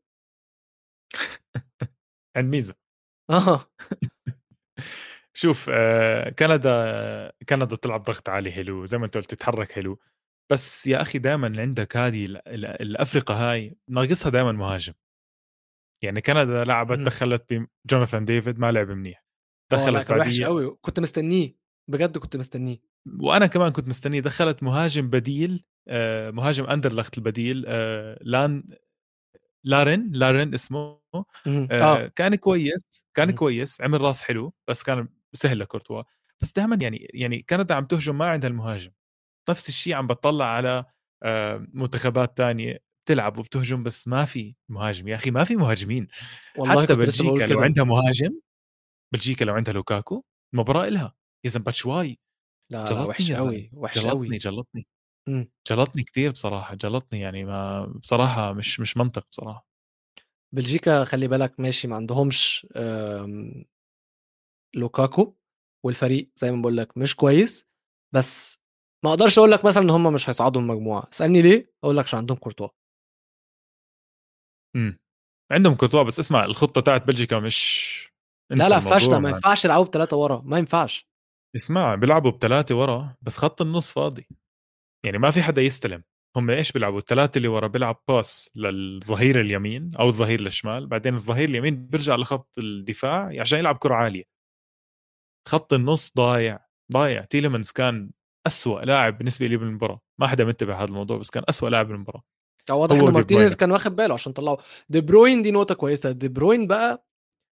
Speaker 4: عند ميزه.
Speaker 1: اه.
Speaker 4: شوف آه، كندا كندا بتلعب ضغط عالي حلو، زي ما انت قلت تتحرك حلو. بس يا اخي دائما عندك هذه ال- ال- الافرقه هاي ناقصها دائما مهاجم. يعني كندا لعبت
Speaker 1: مهم.
Speaker 4: دخلت بجوناثان ديفيد ما لعب منيح،
Speaker 1: اه لا،
Speaker 4: دخلت
Speaker 1: كان وحش
Speaker 4: بعديه،
Speaker 1: قوي، كنت مستنيه، بجد كنت مستنيه.
Speaker 4: وانا كمان كنت مستنيه، دخلت مهاجم بديل آه، مهاجم اندرلخت البديل آه، لان لارن لارن اسمه.
Speaker 1: مهم.
Speaker 4: آه،
Speaker 1: اه.
Speaker 4: كان كويس، كان
Speaker 1: مهم.
Speaker 4: كويس، عمل راس حلو، بس كان سهل لكورتوا. بس دائما يعني يعني كندا عم تهجم ما عندها المهاجم. نفس الشيء عم بتطلع على آه، منتخبات تانية بتلعب وبتهجم بس ما في مهاجم يا اخي، ما في مهاجمين.
Speaker 1: والله
Speaker 4: حتى
Speaker 1: كنت لسه بقول
Speaker 4: بلجيكا لو
Speaker 1: كده.
Speaker 4: عندها مهاجم، بلجيكا لو عندها لوكاكو المباراة إلها. إذا باتشواي
Speaker 1: لا لا
Speaker 4: جلطني
Speaker 1: وحش
Speaker 4: يا زلمة،
Speaker 1: قوي، وحش
Speaker 4: جلطني
Speaker 1: قوي.
Speaker 4: جلطني
Speaker 1: مم.
Speaker 4: جلطني كتير بصراحة، جلطني يعني ما بصراحة مش مش منطق بصراحة.
Speaker 1: بلجيكا خلي بالك ماشي ما عندهمش آم، لوكاكو، والفريق زي ما بقول لك مش كويس، بس ما اقدرش اقول لك مثلا ان هم مش هيصعدوا المجموعه. اسالني ليه، اقول لك عشان عندهم كورتوا.
Speaker 4: امم عندهم كورتوا، بس اسمع الخطة تاعت بلجيكا مش،
Speaker 1: لا
Speaker 4: انسى
Speaker 1: لا فاشله،
Speaker 4: الموضوع
Speaker 1: ما
Speaker 4: مان.
Speaker 1: ينفعش يلعبوا بثلاثه ورا، ما ينفعش.
Speaker 4: اسمع بيلعبوا بثلاثة ورا بس خط النص فاضي، يعني ما في حدا يستلم. هم ايش بيلعبوا؟ الثلاثة اللي ورا بيلعب باس للظهير اليمين او الظهير الشمال، بعدين الظهير اليمين بيرجع لخط الدفاع عشان يلعب كرة عالية. خط النص ضايع ضايع. تيليمنز كان أسوأ لاعب بالنسبة لي بالمباراة، ما حدا منتبه هذا الموضوع بس كان أسوأ لاعب بالمباراة
Speaker 1: هو واضح
Speaker 4: هو
Speaker 1: ان
Speaker 4: ودي
Speaker 1: مارتينيز
Speaker 4: بروين.
Speaker 1: كان واخد باله عشان طلعه. دي بروين دي نقطه كويسه. دي بروين بقى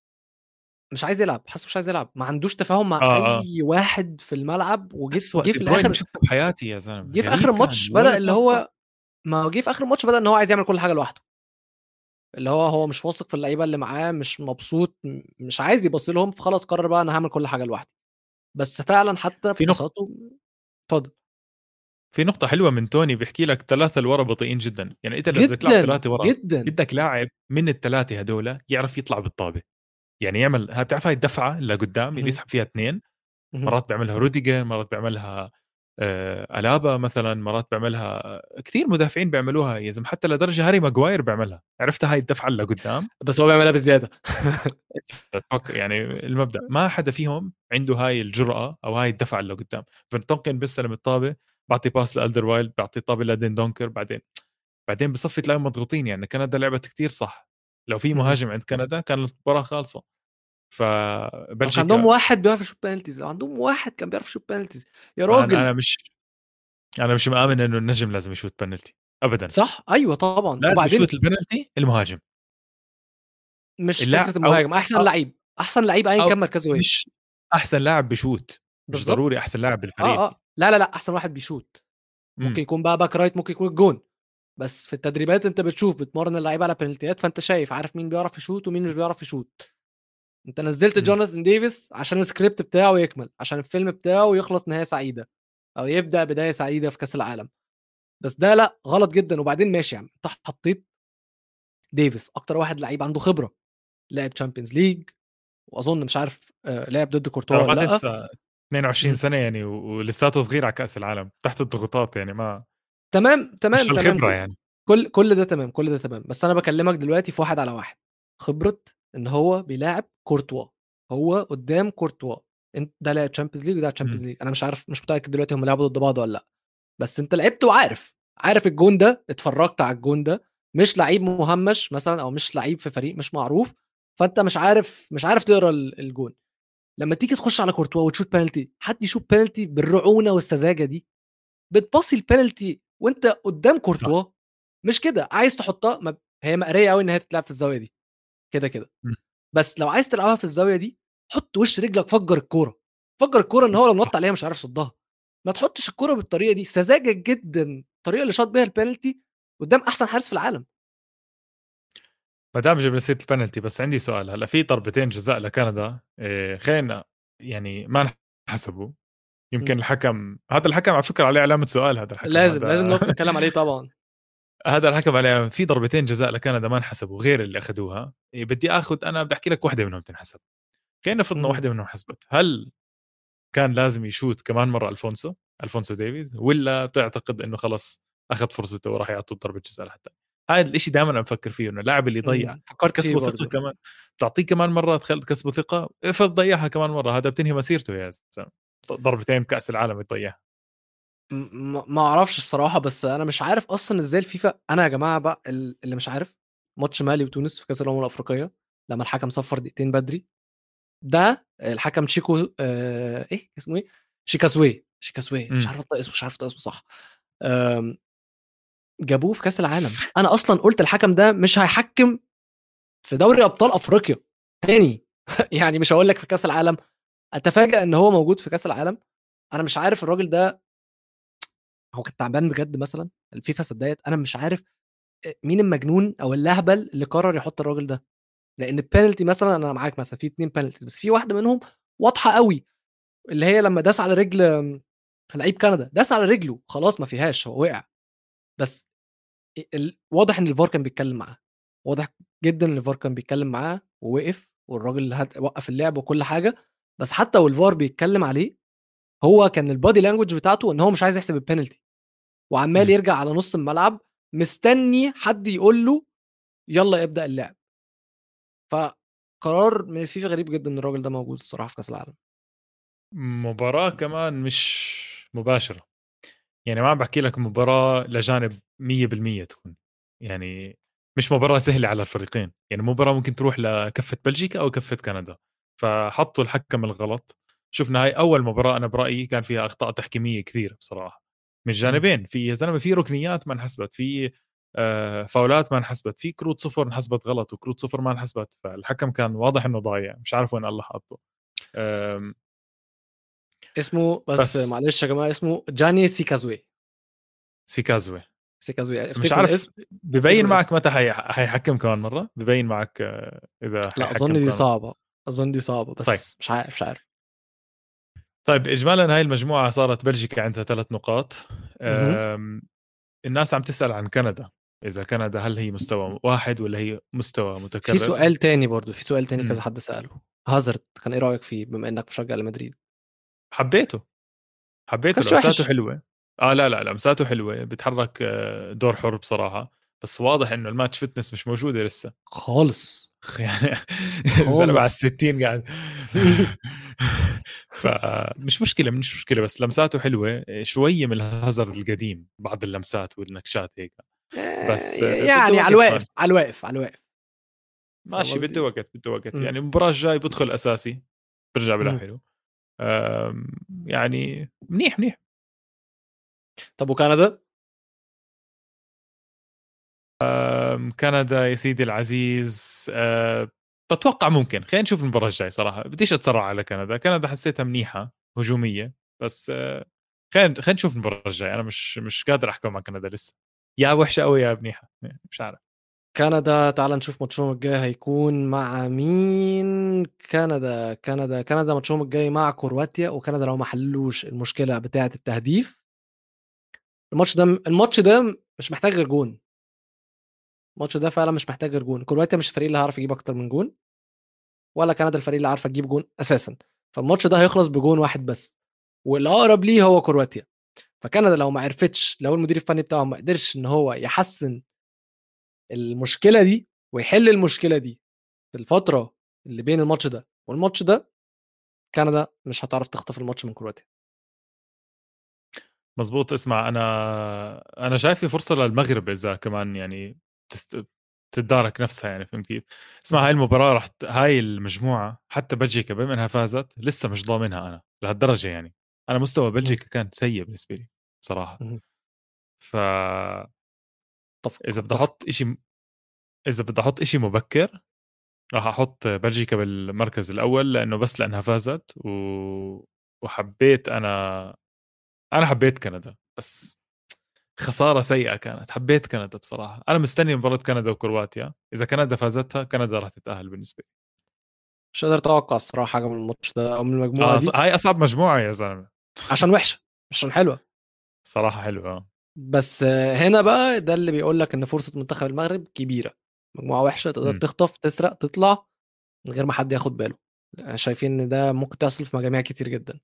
Speaker 1: مش عايز يلعب، حاسه مش عايز يلعب، ما عندوش تفاهم مع
Speaker 4: اه اه
Speaker 1: اي واحد في الملعب. وجه
Speaker 4: أسوأ
Speaker 1: جه
Speaker 4: دي
Speaker 1: في
Speaker 4: بروين
Speaker 1: الاخر،
Speaker 4: شفته بحياتي يا زلمة،
Speaker 1: جه في اخر
Speaker 4: غريب كان
Speaker 1: الماتش
Speaker 4: ولا
Speaker 1: بدا اللي
Speaker 4: باص صح.
Speaker 1: هو، ما هو جه في اخر الماتش بدا ان هو عايز يعمل كل حاجه لوحده. اللي هو هو مش واثق في اللعيبه اللي معاه، مش مبسوط، م- مش عايز يبص لهم، فخلاص قرر بقى انا هعمل كل حاجه لوحدي. بس فعلا حتى
Speaker 4: في نقطة
Speaker 1: ببساطه. اتفضل.
Speaker 4: في نقطة حلوة من توني، بيحكي لك ثلاثة لورا بطيئين جدا. يعني انت لو بدك تلعب
Speaker 1: جدا
Speaker 4: ثلاثة ورا
Speaker 1: جدا.
Speaker 4: بدك لاعب من الثلاثة هدول يعرف يطلع بالطابة، يعني يعمل، ها بتعرف هاي الدفعة لقدام اللي
Speaker 1: مهم.
Speaker 4: يسحب فيها اثنين.
Speaker 1: مهم.
Speaker 4: مرات بيعملها روديجر، مرات بيعملها آه، ألابا مثلا، مرات بيعملها كثير مدافعين بيعملوها يا زلمه، حتى لدرجه هاري ماجواير بيعملها. عرفتها هاي الدفعه اللي قدام.
Speaker 1: بس هو بيعملها بزياده.
Speaker 4: تفكر يعني المبدا ما حدا فيهم عنده هاي الجرأه او هاي الدفعه اللي قدام. فنتونكن بيستلم الطابه، بعطي باس لالدر وايلد، بعطي طابه لدين دونكر، بعدين بعدين بصفي تلاقيهم مضغوطين. يعني كندا لعبت كثير صح، لو في
Speaker 1: مهم.
Speaker 4: مهاجم عند كندا كانت المباراه خالصه.
Speaker 1: لو كان عندهم
Speaker 4: فبلجيكا
Speaker 1: واحد بيعرف يشوط بنالتيز، لو عندهم واحد كان بيعرف يشوط بنالتيز يا
Speaker 4: انا
Speaker 1: راجل.
Speaker 4: انا مش انا مش مآمن انه النجم لازم يشوت بنالتي ابدا.
Speaker 1: صح ايوه طبعا.
Speaker 4: لازم
Speaker 1: وبعدين
Speaker 4: يشوت البنالتي المهاجم.
Speaker 1: مش
Speaker 4: اللاعب
Speaker 1: فكره
Speaker 4: او
Speaker 1: المهاجم، احسن
Speaker 4: او,
Speaker 1: لعيب، احسن لعيب ايا
Speaker 4: أو
Speaker 1: كان مركزه ايه.
Speaker 4: مش احسن لاعب بشوت، مش
Speaker 1: بالظبط.
Speaker 4: ضروري احسن لاعب بالفريق.
Speaker 1: اه اه لا لا لا احسن واحد بيشوط.
Speaker 4: امم
Speaker 1: ممكن يكون بقى باك رايت، ممكن يكون الجون. بس في التدريبات انت بتشوف، بتمرن اللعيبه على بنالتيات، فانت شايف عارف مين بيعرف يشوط ومين مش بيعرف يشوط. انت نزلت
Speaker 4: امم
Speaker 1: جوناثان ديفيس عشان السكريبت بتاعه يكمل، عشان الفيلم بتاعه يخلص نهايه سعيده، او يبدا بدايه سعيده في كاس العالم. بس ده لا، غلط جدا. وبعدين ماشي يا عم، انت حطيت ديفيس اكتر واحد لعيب عنده خبره، لعب تشامبيونز ليج، واظن مش عارف آه لعب ضد كورتوا
Speaker 4: ترى
Speaker 1: ولا
Speaker 4: ما
Speaker 1: لا.
Speaker 4: تنسى اثنين وعشرين
Speaker 1: مهم.
Speaker 4: سنه يعني، و- ولساته صغير على كاس العالم تحت الضغوطات، يعني ما
Speaker 1: تمام
Speaker 4: مش
Speaker 1: تمام تمام.
Speaker 4: الخبره يعني.
Speaker 1: كل كل ده تمام، كل ده تمام. بس انا بكلمك دلوقتي في واحد على واحد، خبره ان هو بيلاعب كورتوا، هو قدام كورتوا. انت ده لاعب تشامبيونز ليج وده
Speaker 4: امم
Speaker 1: تشامبيونز ليج. انا مش عارف، مش متاكد دلوقتي هم لعبوا ضد بعض ولا لا. بس انت لعبت وعارف، عارف الجون ده، اتفرجت على الجون ده. مش لعيب مهمش مثلا، او مش لعيب في فريق مش معروف، فانت مش عارف مش عارف تقرا ال- الجون. لما تيجي تخش على كورتوا وتشوت بينالتي، حد يشوت بينالتي بالرعونه والسذاجه دي؟ بتباصي البينالتي وانت قدام
Speaker 4: صح.
Speaker 1: كورتوا. مش كده عايز تحطها ما... هي مقريه قوي ان هي تتلعب في الزاويه دي، كده كده.
Speaker 4: مم.
Speaker 1: بس لو عايز تلعبها في الزاويه دي، حط وش رجلك، فجر الكوره، فجر الكوره ان هو لو
Speaker 4: صح.
Speaker 1: نط عليها مش عارف يصدها. ما تحطش الكوره بالطريقه دي، سذاجه جدا الطريقه اللي شاط بيها البينالتي قدام احسن حارس في العالم.
Speaker 4: ما دام جبنا سيره البنالتي، بس عندي سؤال. هلا في ضربتين جزاء لكندا، إيه خلينا يعني ما انحسبوا.
Speaker 1: م.
Speaker 4: يمكن الحكم، هذا الحكم على فكره عليه علامه سؤال. هذا الحكم
Speaker 1: لازم لازم
Speaker 4: هذا
Speaker 1: نقف نتكلم عليه طبعا.
Speaker 4: هذا الحكم عليه في ضربتين جزاء لكندا ما انحسبوا غير اللي اخذوها. إيه بدي اخذ، انا بدي احكي لك واحده منهم تنحسب. خلينا نفرض انه
Speaker 1: م.
Speaker 4: واحده منهم حسبت. هل كان لازم يشوت كمان مره الفونسو الفونسو ديفيز، ولا بتعتقد انه خلص اخذ فرصته وراح يعطوا ضربه جزاء حتى؟ هذا الاشي دائما انا بفكر فيه، انه اللاعب اللي يضيع
Speaker 1: م. فكرت فيه
Speaker 4: بتكسبه ثقه
Speaker 1: برضو.
Speaker 4: كمان، بتعطيه كمان مره تخلي تكسبه ثقه. افرض ضيعها كمان مره، هذا بتنهي مسيرته يا زلمه. ضربتين كاس العالم يضيعها.
Speaker 1: م- ما اعرفش الصراحه، بس انا مش عارف اصلا ازاي الفيفا. انا يا جماعه بقى ال- اللي مش عارف، ماتش مالي وتونس في كاس الامم الافريقيه لما الحكم صفر دقيقتين بدري، ده الحكم تشيكو آه ايه اسمه ايه، شيكازوي شيكازوي مش
Speaker 4: امم
Speaker 1: عارف انطق اسمه، مش عارف انطق اسمه صح. آم، جابوه في كاس العالم. انا اصلا قلت الحكم ده مش هيحكم في دوري ابطال افريقيا تاني. يعني مش هقول لك في كاس العالم، اتفاجئ ان هو موجود في كاس العالم. انا مش عارف الراجل ده هو كان تعبان بجد مثلا الفيفا صدقت. انا مش عارف مين المجنون او اللهبل اللي قرر يحط الراجل ده، لان البينالتي مثلا انا معاك مثلا في اتنين بينالتي بس في واحده منهم واضحه قوي، اللي هي لما داس على رجل لعيب كندا، داس على رجله خلاص ما فيهاش، هو وقع. بس ال- واضح ان الفار كان بيتكلم معاه، واضح جدا ان الفار كان بيتكلم معاه ووقف، والراجل اللي هد- وقف اللعب وكل حاجه. بس حتى والفار بيتكلم عليه، هو كان البادي لانجوج بتاعته ان هو مش عايز يحسب البينالتي، وعمال
Speaker 4: مم.
Speaker 1: يرجع على نص الملعب مستني حد يقول له يلا ابدا اللعب. فقرار من الفيفا غريب جدا ان الراجل ده موجود الصراحه في كاس العالم.
Speaker 4: مباراة كمان مش مباشرة، يعني ما عم بحكي لك مباراة لجانب مية بالمية تكون، يعني مش مباراة سهلة على الفريقين، يعني مباراة ممكن تروح لكفة بلجيكا أو كفة كندا، فحطوا الحكم الغلط. شفنا هاي أول مباراة أنا برأيي كان فيها أخطاء تحكيمية كثير بصراحة من الجانبين. في يا زلمة في ركنيات ما انحسبت، في آه، فاولات ما انحسبت، في كروت صفر انحسبت غلط وكروت صفر ما انحسبت، فالحكم كان واضح إنه ضايع، مش عارف وين الله حاطه. آم،
Speaker 1: اسمه بس
Speaker 4: بس
Speaker 1: معلش يا جماعه، اسمه جاني سيكازوي.
Speaker 4: سيكازوي
Speaker 1: سيكازوي
Speaker 4: مش
Speaker 1: افتكروا
Speaker 4: عارف،
Speaker 1: الاسم،
Speaker 4: ببين
Speaker 1: افتكروا الاسم.
Speaker 4: معك متى حي... حيحكم كمان مرة، ببين معك آه، إذا
Speaker 1: لا اظن
Speaker 4: حيحكم
Speaker 1: دي
Speaker 4: كمان مرة.
Speaker 1: صعبه، اظن دي صعبه
Speaker 4: طيب
Speaker 1: بس مش عارف مش عارف
Speaker 4: طيب إجمالا هاي المجموعة صارت بلجيكا عندها ثلاث نقاط.
Speaker 1: مهم.
Speaker 4: أم... الناس عم تسأل عن كندا، إذا كندا هل هي مستوى واحد ولا هي مستوى
Speaker 1: في
Speaker 4: متكرر.
Speaker 1: سؤال تاني برضو، في سؤال تاني كذا
Speaker 4: مم.
Speaker 1: حد سأله، هازارد كان ايه رأيك فيه بما انك مشجع لمدريد؟
Speaker 4: حبيته،
Speaker 1: ما
Speaker 4: حبيته
Speaker 1: كانش
Speaker 4: لمساته
Speaker 1: وحش
Speaker 4: حلوة. آه لا لا لمساته حلوة، بيتحرك آه، دور حر بصراحة، بس واضح إنه الماتش فتنس مش موجودة لسه.
Speaker 1: خالص
Speaker 4: يعني الزلمه على
Speaker 1: خالص.
Speaker 4: الستين قاعد. فمش مشكله مش مشكله، بس لمساته حلوه شويه من الهازارد القديم، بعض اللمسات والنكشات هيك.
Speaker 1: آه،
Speaker 4: بس بده
Speaker 1: يعني على
Speaker 4: وقت مان.
Speaker 1: الواقف على الواقف على الواقف. فاهم
Speaker 4: ماشي بده
Speaker 1: قصدي؟
Speaker 4: وقت بده وقت،
Speaker 1: مم.
Speaker 4: يعني المباراه الجاي بدخل اساسي، برجع بلعب
Speaker 1: مم.
Speaker 4: حلو. أم، يعني منيح منيح.
Speaker 1: طب وكندا؟
Speaker 4: أم، كندا يا سيدي العزيز، أه، بتوقع ممكن، خلينا نشوف المباراه الجاي صراحه. بديش اتسرع على كندا، كندا حسيتها منيحه هجوميه، بس أه، خلينا خلينا نشوف المباراه الجايه. انا مش مش قادر احكم عن كندا لسه، يا وحشه قوي يا منيحه، يعني مش عارف.
Speaker 1: كندا تعال نشوف ماتشهم الجاي هيكون مع مين. كندا كندا كندا ماتشهم الجاي مع كرواتيا، وكندا لو ما حلوش المشكله بتاعه التهديف، الماتش ده الماتش ده مش محتاج غير جون. الماتش ده فعلا مش محتاج غير جون. كرواتيا مش الفريق اللي هيعرف يجيب اكتر من جون، ولا كندا الفريق اللي عارفه تجيب جون اساسا. فالماتش ده هيخلص بجون واحد بس، والاقرب ليه هو كرواتيا. فكندا لو ما عرفتش، لو المدير الفني بتاعهم ما قدرش ان هو يحسن المشكله دي ويحل المشكله دي في الفتره اللي بين الماتش ده والماتش ده، كندا مش هتعرف تخطف الماتش من كرواتيا.
Speaker 4: مزبوط. اسمع انا انا شايف في فرصه للمغرب اذا كمان يعني تست... تتدارك نفسها، يعني فهمت كيف. اسمع هاي المباراه رح ت... هاي المجموعه حتى بلجيكا بما انها فازت لسه مش ضامنها انا لهالدرجه، يعني انا مستوى
Speaker 1: مهم.
Speaker 4: بلجيكا كان سيء بالنسبه لي بصراحه.
Speaker 1: مهم.
Speaker 4: ف
Speaker 1: اتفق
Speaker 4: اذا بدي
Speaker 1: اتفق.
Speaker 4: احط شيء، اذا بدي احط شيء مبكر راح احط بلجيكا بالمركز الاول، لانه بس لانها فازت و... وحبيت انا انا حبيت كندا، بس خسارة سيئة كانت. حبيت كندا بصراحة، أنا مستني مباراة كندا وكرواتيا، إذا كندا فازتها كندا راح تتأهل بالنسبة لي.
Speaker 1: مش قادر اتوقع الصراحه حاجه من الماتش ده او من المجموعه
Speaker 4: آه ص-
Speaker 1: دي،
Speaker 4: هاي أصعب مجموعة يا زلمة.
Speaker 1: عشان وحشه مش عشان حلوه.
Speaker 4: صراحة حلوة آه.
Speaker 1: بس آه، هنا بقى ده اللي بيقول لك ان فرصه منتخب المغرب كبيره. مجموعه وحشه تقدر
Speaker 4: أمم.
Speaker 1: تخطف تسرق تطلع من غير ما حد ياخد باله. شايفين ان ده ممكن تحصل في مجاميع كتير جدا.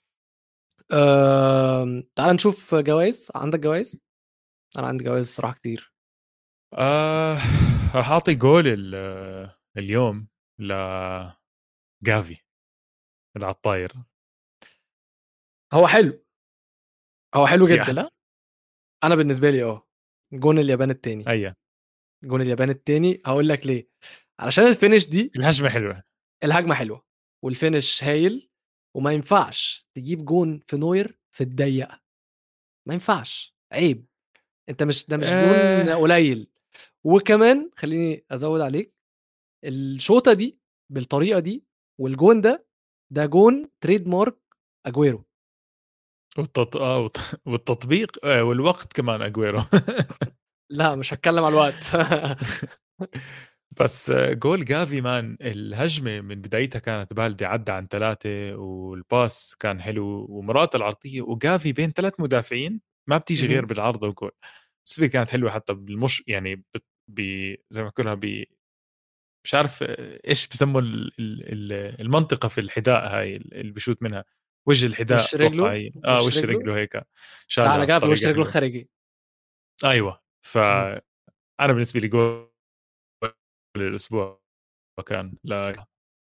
Speaker 1: أه... تعال نشوف جوائز. عندك جوائز؟ انا عندي جوائز صراحه كتير.
Speaker 4: آه راح أعطي جول ال- اليوم لجافي اللي على الطاير.
Speaker 1: هو حلو، هو حلو
Speaker 4: في
Speaker 1: جدا.
Speaker 4: أحلى؟
Speaker 1: انا بالنسبه لي اه جون اليابان التاني.
Speaker 4: أي
Speaker 1: جون اليابان التاني هقول لك ليه. علشان الفينش دي،
Speaker 4: الهجمة حلوة.
Speaker 1: الهجمه حلوه والفينش هايل، وما ينفعش تجيب جون في نوير في الضيقه. ما ينفعش، عيب. انت مش ده مش جون
Speaker 4: آه
Speaker 1: قليل. وكمان خليني ازود عليك، الشوطه دي بالطريقه دي والجون ده، ده جون تريد مارك اجويرو.
Speaker 4: والتط... آه والت- والتطبيق آه والوقت كمان اجويرو.
Speaker 1: لا مش هتكلم على الوقت.
Speaker 4: بس آه، جول جافي مان، الهجمه من بدايتها كانت بالدي، عدى عن ثلاثه والباس كان حلو ومرات العرضيه، وجافي بين ثلاث مدافعين ما بتيجي غير
Speaker 1: مهم.
Speaker 4: بالعرضه وجول. السبي كانت حلوه حتى بالمش يعني ب... ب... زي ما كلها ب... مش عارف آه، ايش بسموا ال... ال... ال- المنطقه في الحذاء هاي اللي بشوت منها، وجه الحذاء
Speaker 1: وش
Speaker 4: اتوقع
Speaker 1: رجله،
Speaker 4: هي اه
Speaker 1: وش
Speaker 4: وش
Speaker 1: رجله.
Speaker 4: رجله هيك
Speaker 1: لا على
Speaker 4: شالها
Speaker 1: جافي وش
Speaker 4: بطريقه
Speaker 1: رجله
Speaker 4: حلوه.
Speaker 1: الخارجي.
Speaker 4: ايوه،
Speaker 1: مهم.
Speaker 4: فانا بالنسبه لي جول الاسبوع كان لا،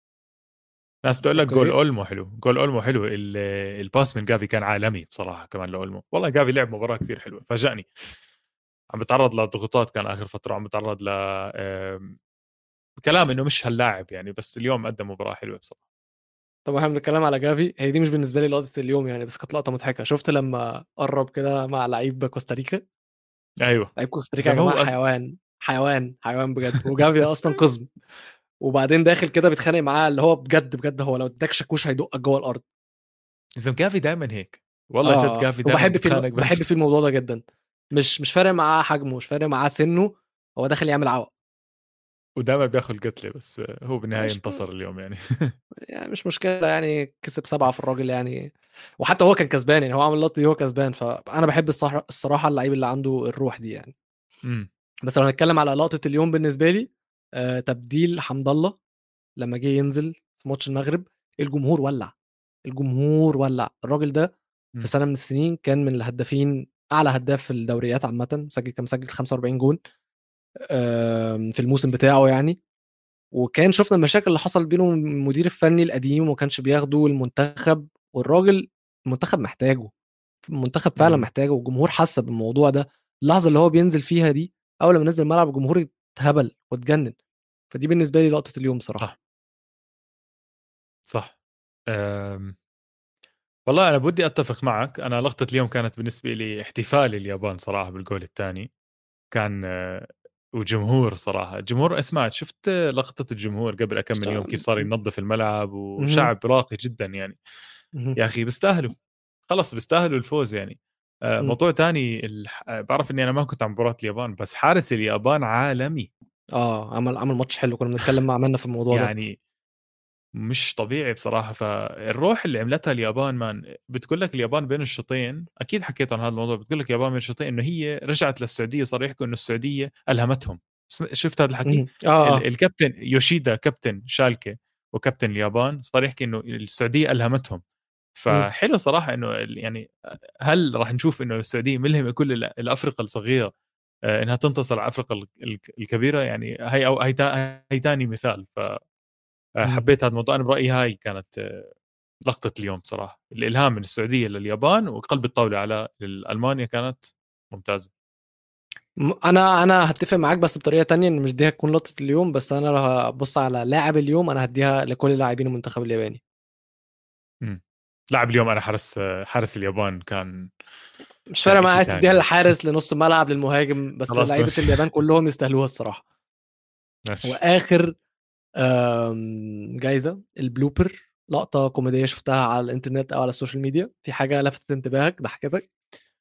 Speaker 4: ناس بتقول لك جول
Speaker 1: اوكي.
Speaker 4: اولمو حلو، جول اولمو حلو، ال- الباس من جافي كان عالمي بصراحه كمان لاولمو. والله جافي لعب مباراه كثير حلوه، فاجأني. عم بتعرض لضغوطات كان اخر فتره، عم بتعرض ل آم، كلام انه مش هاللاعب يعني، بس اليوم قدم مباراه حلوه بصراحه.
Speaker 1: طب احنا بنتكلم على جافي، هي دي مش بالنسبه لي لقطه اليوم يعني، بس كانت لقطه مضحكه. شفت لما قرب كده مع لعيب كوستاريكا؟
Speaker 4: ايوه،
Speaker 1: لعيب كوستاريكا يا
Speaker 4: زي ما
Speaker 1: جماعه
Speaker 4: هو أز...
Speaker 1: حيوان، حيوان حيوان بجد. وجافي اصلا قزم، وبعدين داخل كده بيتخانق معاه، اللي هو بجد بجد هو لو اداك شاكوش هيدقك جوه الارض.
Speaker 4: زي جافي دائما هيك، والله جد
Speaker 1: اه
Speaker 4: جافي دائما
Speaker 1: وبحب فيه الم...
Speaker 4: بتخانق
Speaker 1: بحب
Speaker 4: بس.
Speaker 1: فيه الموضوع ده جدا. مش مش فارق معاه حجمه، مش فارق معاه سنه، هو داخل يعمل عوق.
Speaker 4: ودائما بياخذ قتله، بس هو بالنهايه
Speaker 1: مش
Speaker 4: انتصر اليوم يعني.
Speaker 1: يعني مش مشكله يعني، كسب سبعه في الراجل يعني. وحتى هو كان كسبان يعني، هو عامل اللقطه دي هو كسبان. فانا بحب الصراحه الصراحه اللعيب اللي عنده الروح دي يعني.
Speaker 4: امم
Speaker 1: بس لو هنتكلم على لقطه اليوم بالنسبه لي، آه تبديل حمد الله لما جه ينزل في ماتش المغرب. الجمهور ولع، الجمهور ولع. الراجل ده في
Speaker 4: امم
Speaker 1: سنه من السنين كان من الهدافين، اعلى هداف في الدوريات عامه، مسجل كان مسجل خمسة وأربعين جون آم، في الموسم بتاعه يعني. وكان شفنا المشاكل اللي حصل بينه وبين المدير الفني القديم، وما كانش بياخده المنتخب. والراجل المنتخب محتاجه، المنتخب فعلا
Speaker 4: امم
Speaker 1: محتاجه، والجمهور حس بالموضوع ده. اللحظه اللي هو بينزل فيها دي، اول ما نزل الملعب الجمهور اتهبل واتجنن. فدي بالنسبه لي لقطه اليوم صراحه.
Speaker 4: صح صح. أم... والله انا بدي اتفق معك. انا لقطه اليوم كانت بالنسبه لي احتفال اليابان صراحه بالجول الثاني. كان آه، وجمهور صراحه، جمهور اسمع، شفت لقطه الجمهور قبل كم من يوم كيف صار ينظف الملعب،
Speaker 1: مهم.
Speaker 4: وشعب راقي جدا يعني.
Speaker 1: مهم.
Speaker 4: يا اخي بيستاهلوا، خلص بيستاهلوا الفوز يعني. آه،
Speaker 1: مم.
Speaker 4: موضوع تاني الح... آه، بعرف اني انا ما كنت عم مباراة اليابان، بس حارس اليابان عالمي
Speaker 1: اه عمل عمل ماتش حلو، كنا بنتكلم مع عملنا في الموضوع ده.
Speaker 4: يعني، مش طبيعي بصراحة. فالروح اللي عملتها اليابان مان، بتقول لك اليابان بين الشوطين، أكيد حكيت عن هذا الموضوع، بتقول لك اليابان بين الشوطين إنه هي رجعت للسعودية، صار يحكوا إنه السعودية ألهمتهم. سم- شفت هذا الحكي؟
Speaker 1: مهم. اه
Speaker 4: ال-
Speaker 1: اه.
Speaker 4: الكابتن يوشيدا كابتن شالكي وكابتن اليابان صار يحكي إنه السعودية ألهمتهم.
Speaker 1: مم.
Speaker 4: فحلو صراحة إنه ال- يعني هل راح نشوف إنه السعودية ملهمة كل ال- الأفريقيا الصغيرة آه، إنها تنتصر على أفريقيا ال- ال- الكبيرة يعني؟ هي أو هي تا- هي تاني مثال. ف آه،
Speaker 1: مم.
Speaker 4: حبيت هذا الموضوع. انا برايي هاي كانت آه، لقطه اليوم صراحه، الالهام من السعوديه لليابان، وقلب الطاوله على المانيا كانت ممتازه.
Speaker 1: م- انا انا هتفق معاك بس بطريقه تانية، ان مش دي هتكون لقطه اليوم. بس انا لو هبص على لاعب اليوم، انا هديها لكل لاعبين المنتخب الياباني.
Speaker 4: امم لاعب اليوم انا حارس آه، حارس اليابان كان
Speaker 1: مش فارق
Speaker 4: كان
Speaker 1: معايا،
Speaker 4: شيء
Speaker 1: عايز تديها
Speaker 4: ثاني.
Speaker 1: للحارس، لنص ملعب، للمهاجم، بس
Speaker 4: خلاص
Speaker 1: لعيبه
Speaker 4: ماشي.
Speaker 1: اليابان كلهم يستاهلوها الصراحه.
Speaker 4: ماشي.
Speaker 1: واخر آم، جايزه البلوبر، لقطه كوميديه شفتها على الانترنت او على السوشيال ميديا، في حاجه لفتت انتباهك ضحكتك؟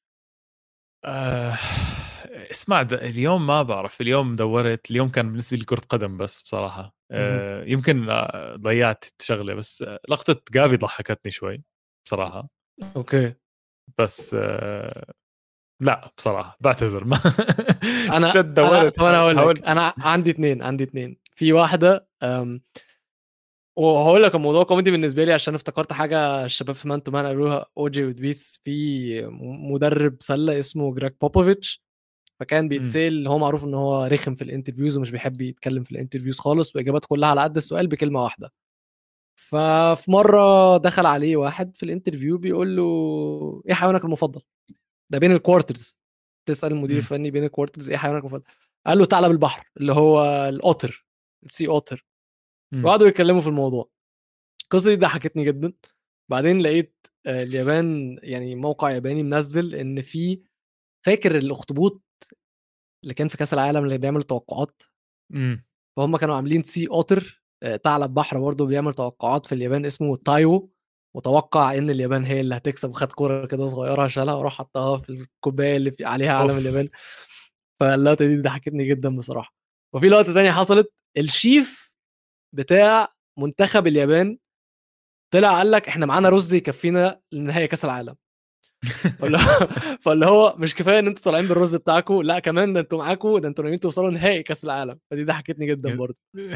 Speaker 4: آه اسمع، د- اليوم ما بعرف، اليوم دورت، اليوم كان بالنسبه لي كره قدم بس بصراحه.
Speaker 1: مهم.
Speaker 4: آه يمكن آه، ضيعت شغله، بس آه، لقطه جافي ضحكتني شوي بصراحه.
Speaker 1: اوكي.
Speaker 4: بس آه لا بصراحه بعتذر ما
Speaker 1: انا
Speaker 4: جد
Speaker 1: انا
Speaker 4: دورت
Speaker 1: طب انا هقول لك،
Speaker 4: حاولت.
Speaker 1: انا عندي اتنين عندي اتنين في واحده. أم، وهقول لك الموضوع كوميدي بالنسبه لي عشان افتكرت حاجه الشباب في مان تو مان قالوها، اوجي ودبيس في مدرب سله اسمه جراج بوبوفيتش. فكان
Speaker 4: مم.
Speaker 1: بيتسال، هو معروف ان هو رخم في الانترفيوز ومش بيحب يتكلم في الانترفيوز خالص، واجابات كلها على قد السؤال بكلمه واحده. ففي مره دخل عليه واحد في الانترفيو بيقول له ايه حيوانك المفضل؟ ده بين الكوارترز، تسال المدير
Speaker 4: مم.
Speaker 1: الفني بين الكوارترز ايه حيوانك المفضل؟ قال له ثعلب البحر، اللي هو القطر، السي اوتر.
Speaker 4: مم.
Speaker 1: وقعدوا يتكلموا في الموضوع. القصه دي ضحكتني جدا. بعدين لقيت آه، اليابان يعني موقع ياباني منزل ان في، فاكر الاخطبوط اللي كان في كاس العالم اللي بيعمل توقعات؟
Speaker 4: مم.
Speaker 1: فهم كانوا عاملين سي اوتر، آه، ثعلب بحر برضه بيعمل توقعات في اليابان اسمه تايو. وتوقع ان اليابان هي اللي هتكسب، وخد كوره كده صغيره شالها وراح حطها في الكوبايه اللي في عليها علم
Speaker 4: أوف.
Speaker 1: اليابان. فاللقطه دي ضحكتني جدا بصراحه. وفي لقطه تانية حصلت، الشيف بتاع منتخب اليابان طلع قال لك احنا معانا رز يكفينا لنهائي كاس العالم. فاللي هو فاللي هو مش كفايه ان انتوا طالعين بالرز بتاعكم، لا كمان ده انتوا معاكم، ده انتوا ناويين توصلوا نهائي كاس العالم. فدي ضحكتني جدا برضه.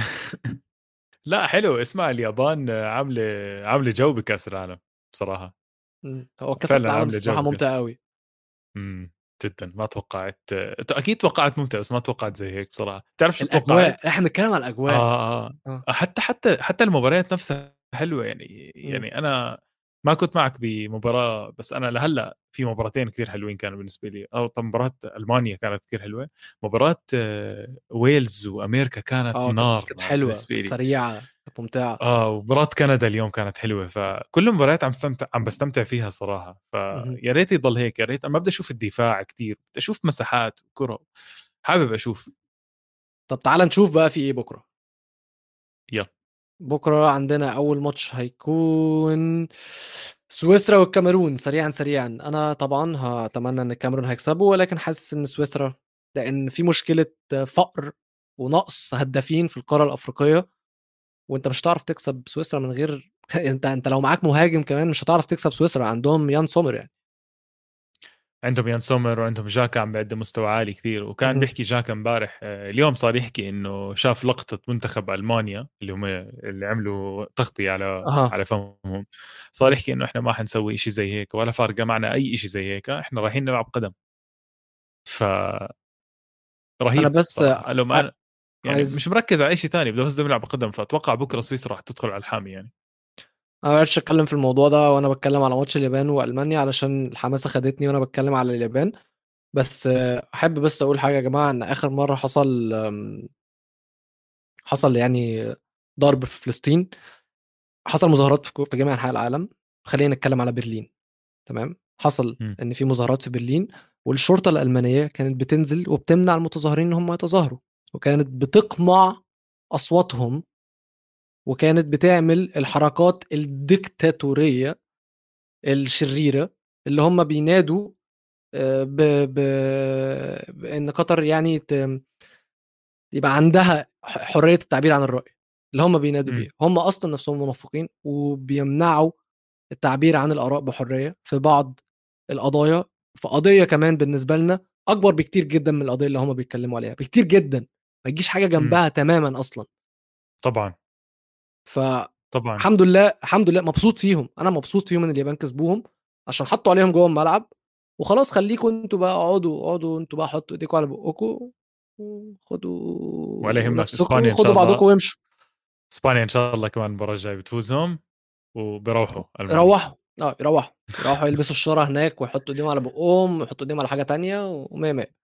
Speaker 4: لا حلو، اسمع اليابان عامله عامله جو بكاس العالم بصراحه.
Speaker 1: مم. هو كاس
Speaker 4: فعلا
Speaker 1: العالم
Speaker 4: عامله جو
Speaker 1: الصراحه
Speaker 4: بكاس.
Speaker 1: ممتع قوي.
Speaker 4: امم جدا ما توقعت. اكيد توقعت ممتع بس ما توقعت زي هيك بصراحه. تعرف شو توقعت؟
Speaker 1: الاجواء، احنا بنتكلم على الاجواء.
Speaker 4: اه اه
Speaker 1: اه.
Speaker 4: حتى حتى حتى المباريات نفسها حلوه يعني.
Speaker 1: مم.
Speaker 4: يعني انا ما كنت معك بمباراه، بس انا لهلا في مباراتين كثير حلوين كانوا بالنسبه لي. او طب مباراه المانيا كانت كثير حلوه. مباراه آه، ويلز وامريكا كانت
Speaker 1: اه كانت
Speaker 4: نار
Speaker 1: كانت
Speaker 4: نار
Speaker 1: حلوه،
Speaker 4: بالنسبه
Speaker 1: كانت
Speaker 4: لي.
Speaker 1: سريعه، كانت ممتعه.
Speaker 4: اه ومباراه كندا اليوم كانت حلوه. فكل المباريات عم بستمتع عم بستمتع فيها صراحه.
Speaker 1: مهم.
Speaker 4: فيا ريت يضل هيك. يا ريت. انا ما بدي اشوف الدفاع كثير، بدي اشوف مساحات وكره. حابب اشوف.
Speaker 1: طب تعال نشوف بقى في ايه بكره.
Speaker 4: يلا.
Speaker 1: بكره عندنا اول ماتش هيكون سويسرا والكاميرون. سريعا سريعا، انا طبعا هتمنى ان الكاميرون هيكسبوا، ولكن حاسس ان سويسرا، لان في مشكله فقر ونقص هدافين في القاره الافريقيه، وانت مش هتعرف تكسب سويسرا من غير انت انت لو معاك مهاجم كمان مش هتعرف تكسب سويسرا. عندهم يان سومر يعني.
Speaker 4: عندهم يان سومر وعندهم جاكا عم بيقدم مستوى عالي كثير. وكان
Speaker 1: مهم.
Speaker 4: بيحكي جاكا امبارح آه، اليوم صار يحكي انه شاف لقطة منتخب المانيا اللي هم اللي عملوا تغطية على
Speaker 1: اها.
Speaker 4: على فمهم. صار يحكي انه احنا ما حنسوي اشي زي هيك ولا فارقة معنا اي اشي زي هيك، احنا رايحين نلعب قدم. ف
Speaker 1: انا
Speaker 4: رهيب
Speaker 1: بس
Speaker 4: صراحة. قال لهم
Speaker 1: ع-
Speaker 4: انا يعني مش
Speaker 1: عايز
Speaker 4: مركز على شيء ثاني، بده بس بدهم يلعبوا قدم. فاتوقع بكره سويسرا راح تدخل على الحامي يعني.
Speaker 1: انا ما عرفتش اتكلم في الموضوع ده وانا بتكلم على ماتش اليابان والمانيا علشان الحماسه خدتني وانا بتكلم على اليابان. بس آه، احب بس اقول حاجه يا جماعه، ان اخر مره حصل آم، حصل يعني ضرب في فلسطين، حصل مظاهرات في في جميع انحاء العالم. خلينا نتكلم على برلين. تمام. حصل
Speaker 4: م.
Speaker 1: ان في مظاهرات في برلين، والشرطه الالمانيه كانت بتنزل وبتمنع المتظاهرين ان هم يتظاهروا، وكانت بتقمع اصواتهم، وكانت بتعمل الحركات الديكتاتوريه الشريره اللي هم بينادوا آه، ب... ب... بان قطر يعني ت... يبقى عندها حريه التعبير عن الراي. اللي هم بينادوا
Speaker 4: م.
Speaker 1: بيه هم اصلا نفسهم منافقين، وبيمنعوا التعبير عن الاراء بحريه في بعض القضايا. في قضيه كمان بالنسبه لنا اكبر بكتير جدا من القضيه اللي هم بيتكلموا عليها، بكتير جدا، ما تجيش حاجه
Speaker 4: م.
Speaker 1: جنبها تماما اصلا.
Speaker 4: طبعا طبعا.
Speaker 1: فالحمد لله، الحمد لله مبسوط فيهم. انا مبسوط فيهم ان اليابان كسبوهم عشان حطوا عليهم جوه الملعب. وخلاص خليكم انتوا بقى، اقعدوا اقعدوا انتوا بقى، حطوا ايديكم على بقكم
Speaker 4: ولا
Speaker 1: وخدوا
Speaker 4: يهمك
Speaker 1: نفسكم
Speaker 4: اسبانيا ان
Speaker 1: وخدوا
Speaker 4: شاء الله.
Speaker 1: بعضكم وامشوا.
Speaker 4: اسبانيا ان شاء الله كمان المباراه الجايه بتفوزهم وبيروحوا المانيا.
Speaker 1: يروحوا، اه يروحوا يروحوا يلبسوا الشاره هناك ويحطوا ايديهم على بقهم ويحطوا ايديهم على حاجه تانية ومية مية.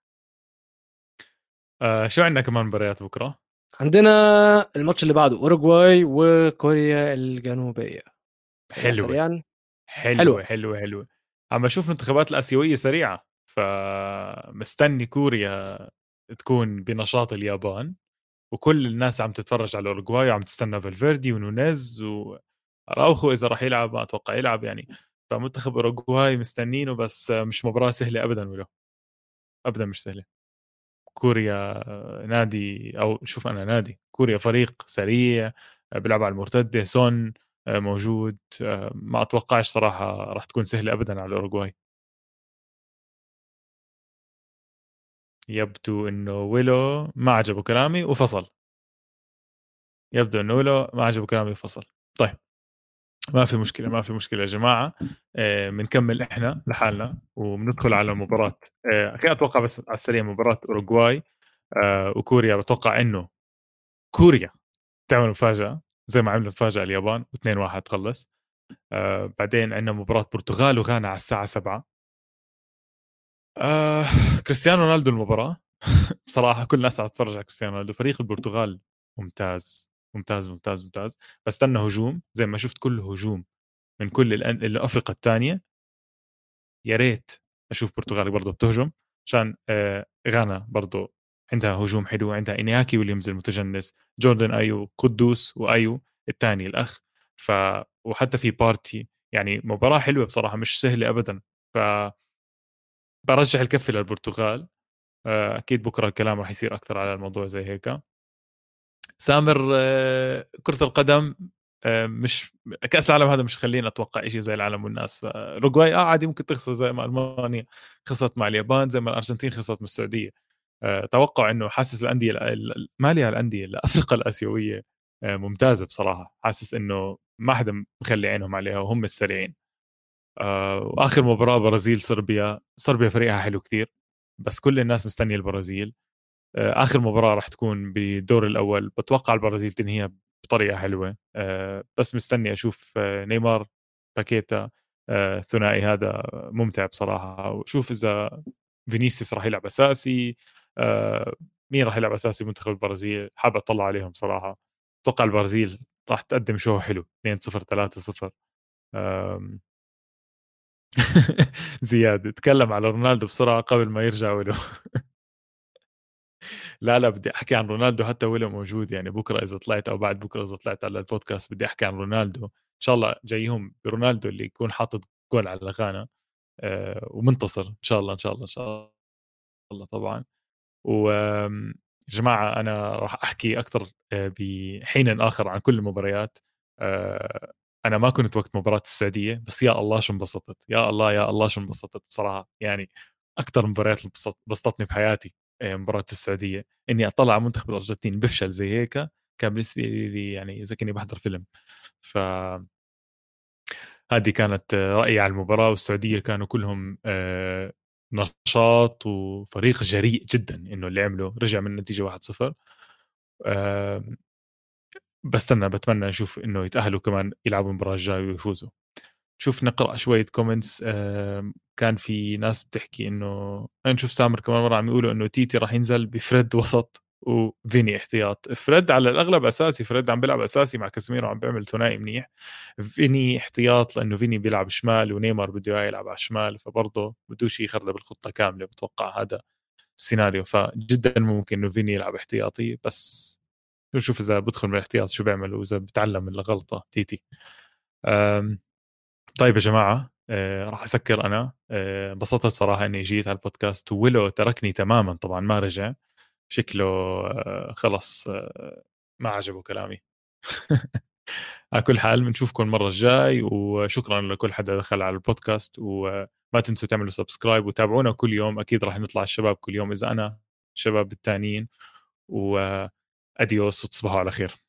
Speaker 4: آه شو عندنا كمان مباريات بكره؟
Speaker 1: عندنا الماتش اللي بعده اوروجواي وكوريا الجنوبيه. سريعا
Speaker 4: حلوه
Speaker 1: سريعا.
Speaker 4: حلوه
Speaker 1: حلوه.
Speaker 4: حلوه حلوه. عم بشوف الانتخابات الاسيويه سريعه، فمستني كوريا تكون بنشاط اليابان. وكل الناس عم تتفرج على الاوروغواي وعم تستنى فالفيردي ونونيز وراوخو اذا راح يلعب. ما اتوقع يلعب يعني. فمنتخب اوروغواي مستنينه، بس مش مباراه سهله ابدا وله. ابدا مش سهله. كوريا نادي، او شوف انا نادي كوريا فريق سريع بيلعب على المرتده. سون موجود. ما اتوقعش صراحه راح تكون سهله ابدا على الاوروغواي. يبدو انه ويلو ما عجبه كلامي وفصل. يبدو انه ويلو ما عجبه كلامي وفصل. طيب ما في مشكله ما في مشكله يا جماعه. بنكمل احنا لحالنا وبندخل على مباراه. اكيد اتوقع بس على السريع مباراه اوروغواي وكوريا. بتوقع انه كوريا تعمل مفاجأة زي ما عملوا مفاجأة اليابان واثنين واحد تخلص. آه بعدين عندنا مباراة برتغال وغانا على الساعة سبعة. آه كريستيانو رونالدو المباراة. بصراحة كل الناس عم تتفرج على كريستيانو رونالدو. فريق البرتغال ممتاز ممتاز ممتاز ممتاز. بستنى هجوم زي ما شفت كل هجوم من كل الأن- الأفريقيا الثانية. يا ريت أشوف برتغال برضو بتهجم عشان آه غانا برضو عندها هجوم حلو. عندها إنياكي ويليامز المتجنس، جوردن أيو، قدوس وأيو الثاني الأخ. ف وحتى في بارتي يعني مباراة حلوة بصراحة، مش سهلة أبدا. ف برجح الكفة للبرتغال. أكيد بكرة الكلام راح يصير أكثر على الموضوع زي هيك. سامر، كرة القدم مش كأس العالم هذا مش خلينا أتوقع إشي زي العالم والناس. فأوروغواي آه عادي ممكن تخسر زي ما ألمانيا خسرت مع اليابان، زي ما الأرجنتين خسرت من السعودية. توقع إنه حاسس الأندية مالية الأندية الأفريقيا الآسيوية ممتازة بصراحة. حاسس إنه ما حدا مخلي عينهم عليها وهم السريعين. وآخر مباراة برازيل صربيا، صربيا فريقها حلو كتير بس كل الناس مستنية البرازيل. آخر مباراة راح تكون بالدور الأول، بتوقع البرازيل تنهيها بطريقة حلوة. بس مستني أشوف نيمار باكيتا الثنائي هذا ممتع بصراحة. وشوف إذا فينيسيوس راح يلعب أساسي، مين راح يلعب أساسي منتخب البرازيل. حابة أطلع عليهم صراحة. أتوقع البرازيل راح تقدم شو حلو اثنين صفر ثلاثة صفر. زياد تكلم على رونالدو بسرعة قبل ما يرجع له. لا لا بدي احكي عن رونالدو حتى ولو موجود. يعني بكره اذا طلعت او بعد بكره اذا طلعت على البودكاست بدي احكي عن رونالدو ان شاء الله. جايهم برونالدو اللي يكون حاطط جول على الغانا أه ومنتصر ان شاء الله ان شاء الله ان شاء الله طبعا. و جماعه انا راح احكي اكثر بحين اخر عن كل المباريات. أه انا ما كنت وقت مباراه السعوديه بس يا الله شو انبسطت، يا الله يا الله شو انبسطت بصراحه. يعني اكثر مباريات بسطتني بحياتي مباراة السعودية. إني أطلع على منتخب الأرجنتين بفشل زي هيك كان بالنسبة لي يعني إذا كني بحضر فيلم. ف هذه كانت رأيي على المباراة. والسعودية كانوا كلهم نشاط وفريق جريء جدا إنه اللي عمله رجع من النتيجة واحد صفر. بستنى بتمنى نشوف إنه يتأهلوا كمان يلعبوا المباراة الجاية ويفوزوا. شوف نقرأ شوية كومنتس. كان في ناس بتحكي إنه نشوف سامر كمان مرة عم يقولوا إنه تيتي راح ينزل بفريد وسط وفيني احتياط. فريد على الأغلب أساسي، فريد عم بيلعب أساسي مع كاسيميرو عم بيعمل ثنائي منيح. فيني احتياط لأنه فيني بيلعب شمال ونيمار بده يلعب على الشمال فبرضه بدوش يخرب الخطة كاملة. بتوقع هذا السيناريو فجدا ممكن إنه فيني يلعب احتياطي. بس نشوف إذا بدخل من الاحتياط شو بيعمل وإذا بتعلم من الغلطة تيتي. طيب يا جماعة آه راح أسكر أنا. آه بسطت بصراحة إني جيت على البودكاست. ولو تركني تماما طبعا ما رجع شكله آه خلص آه ما عجبه كلامي. على كل حال بنشوفكم المرة الجاي وشكرا لكل حدا دخل على البودكاست. وما تنسوا تعملوا سبسكرايب وتابعونا كل يوم. أكيد راح نطلع الشباب كل يوم إذا أنا الشباب التانيين. وأديوس وتصبحوا على خير.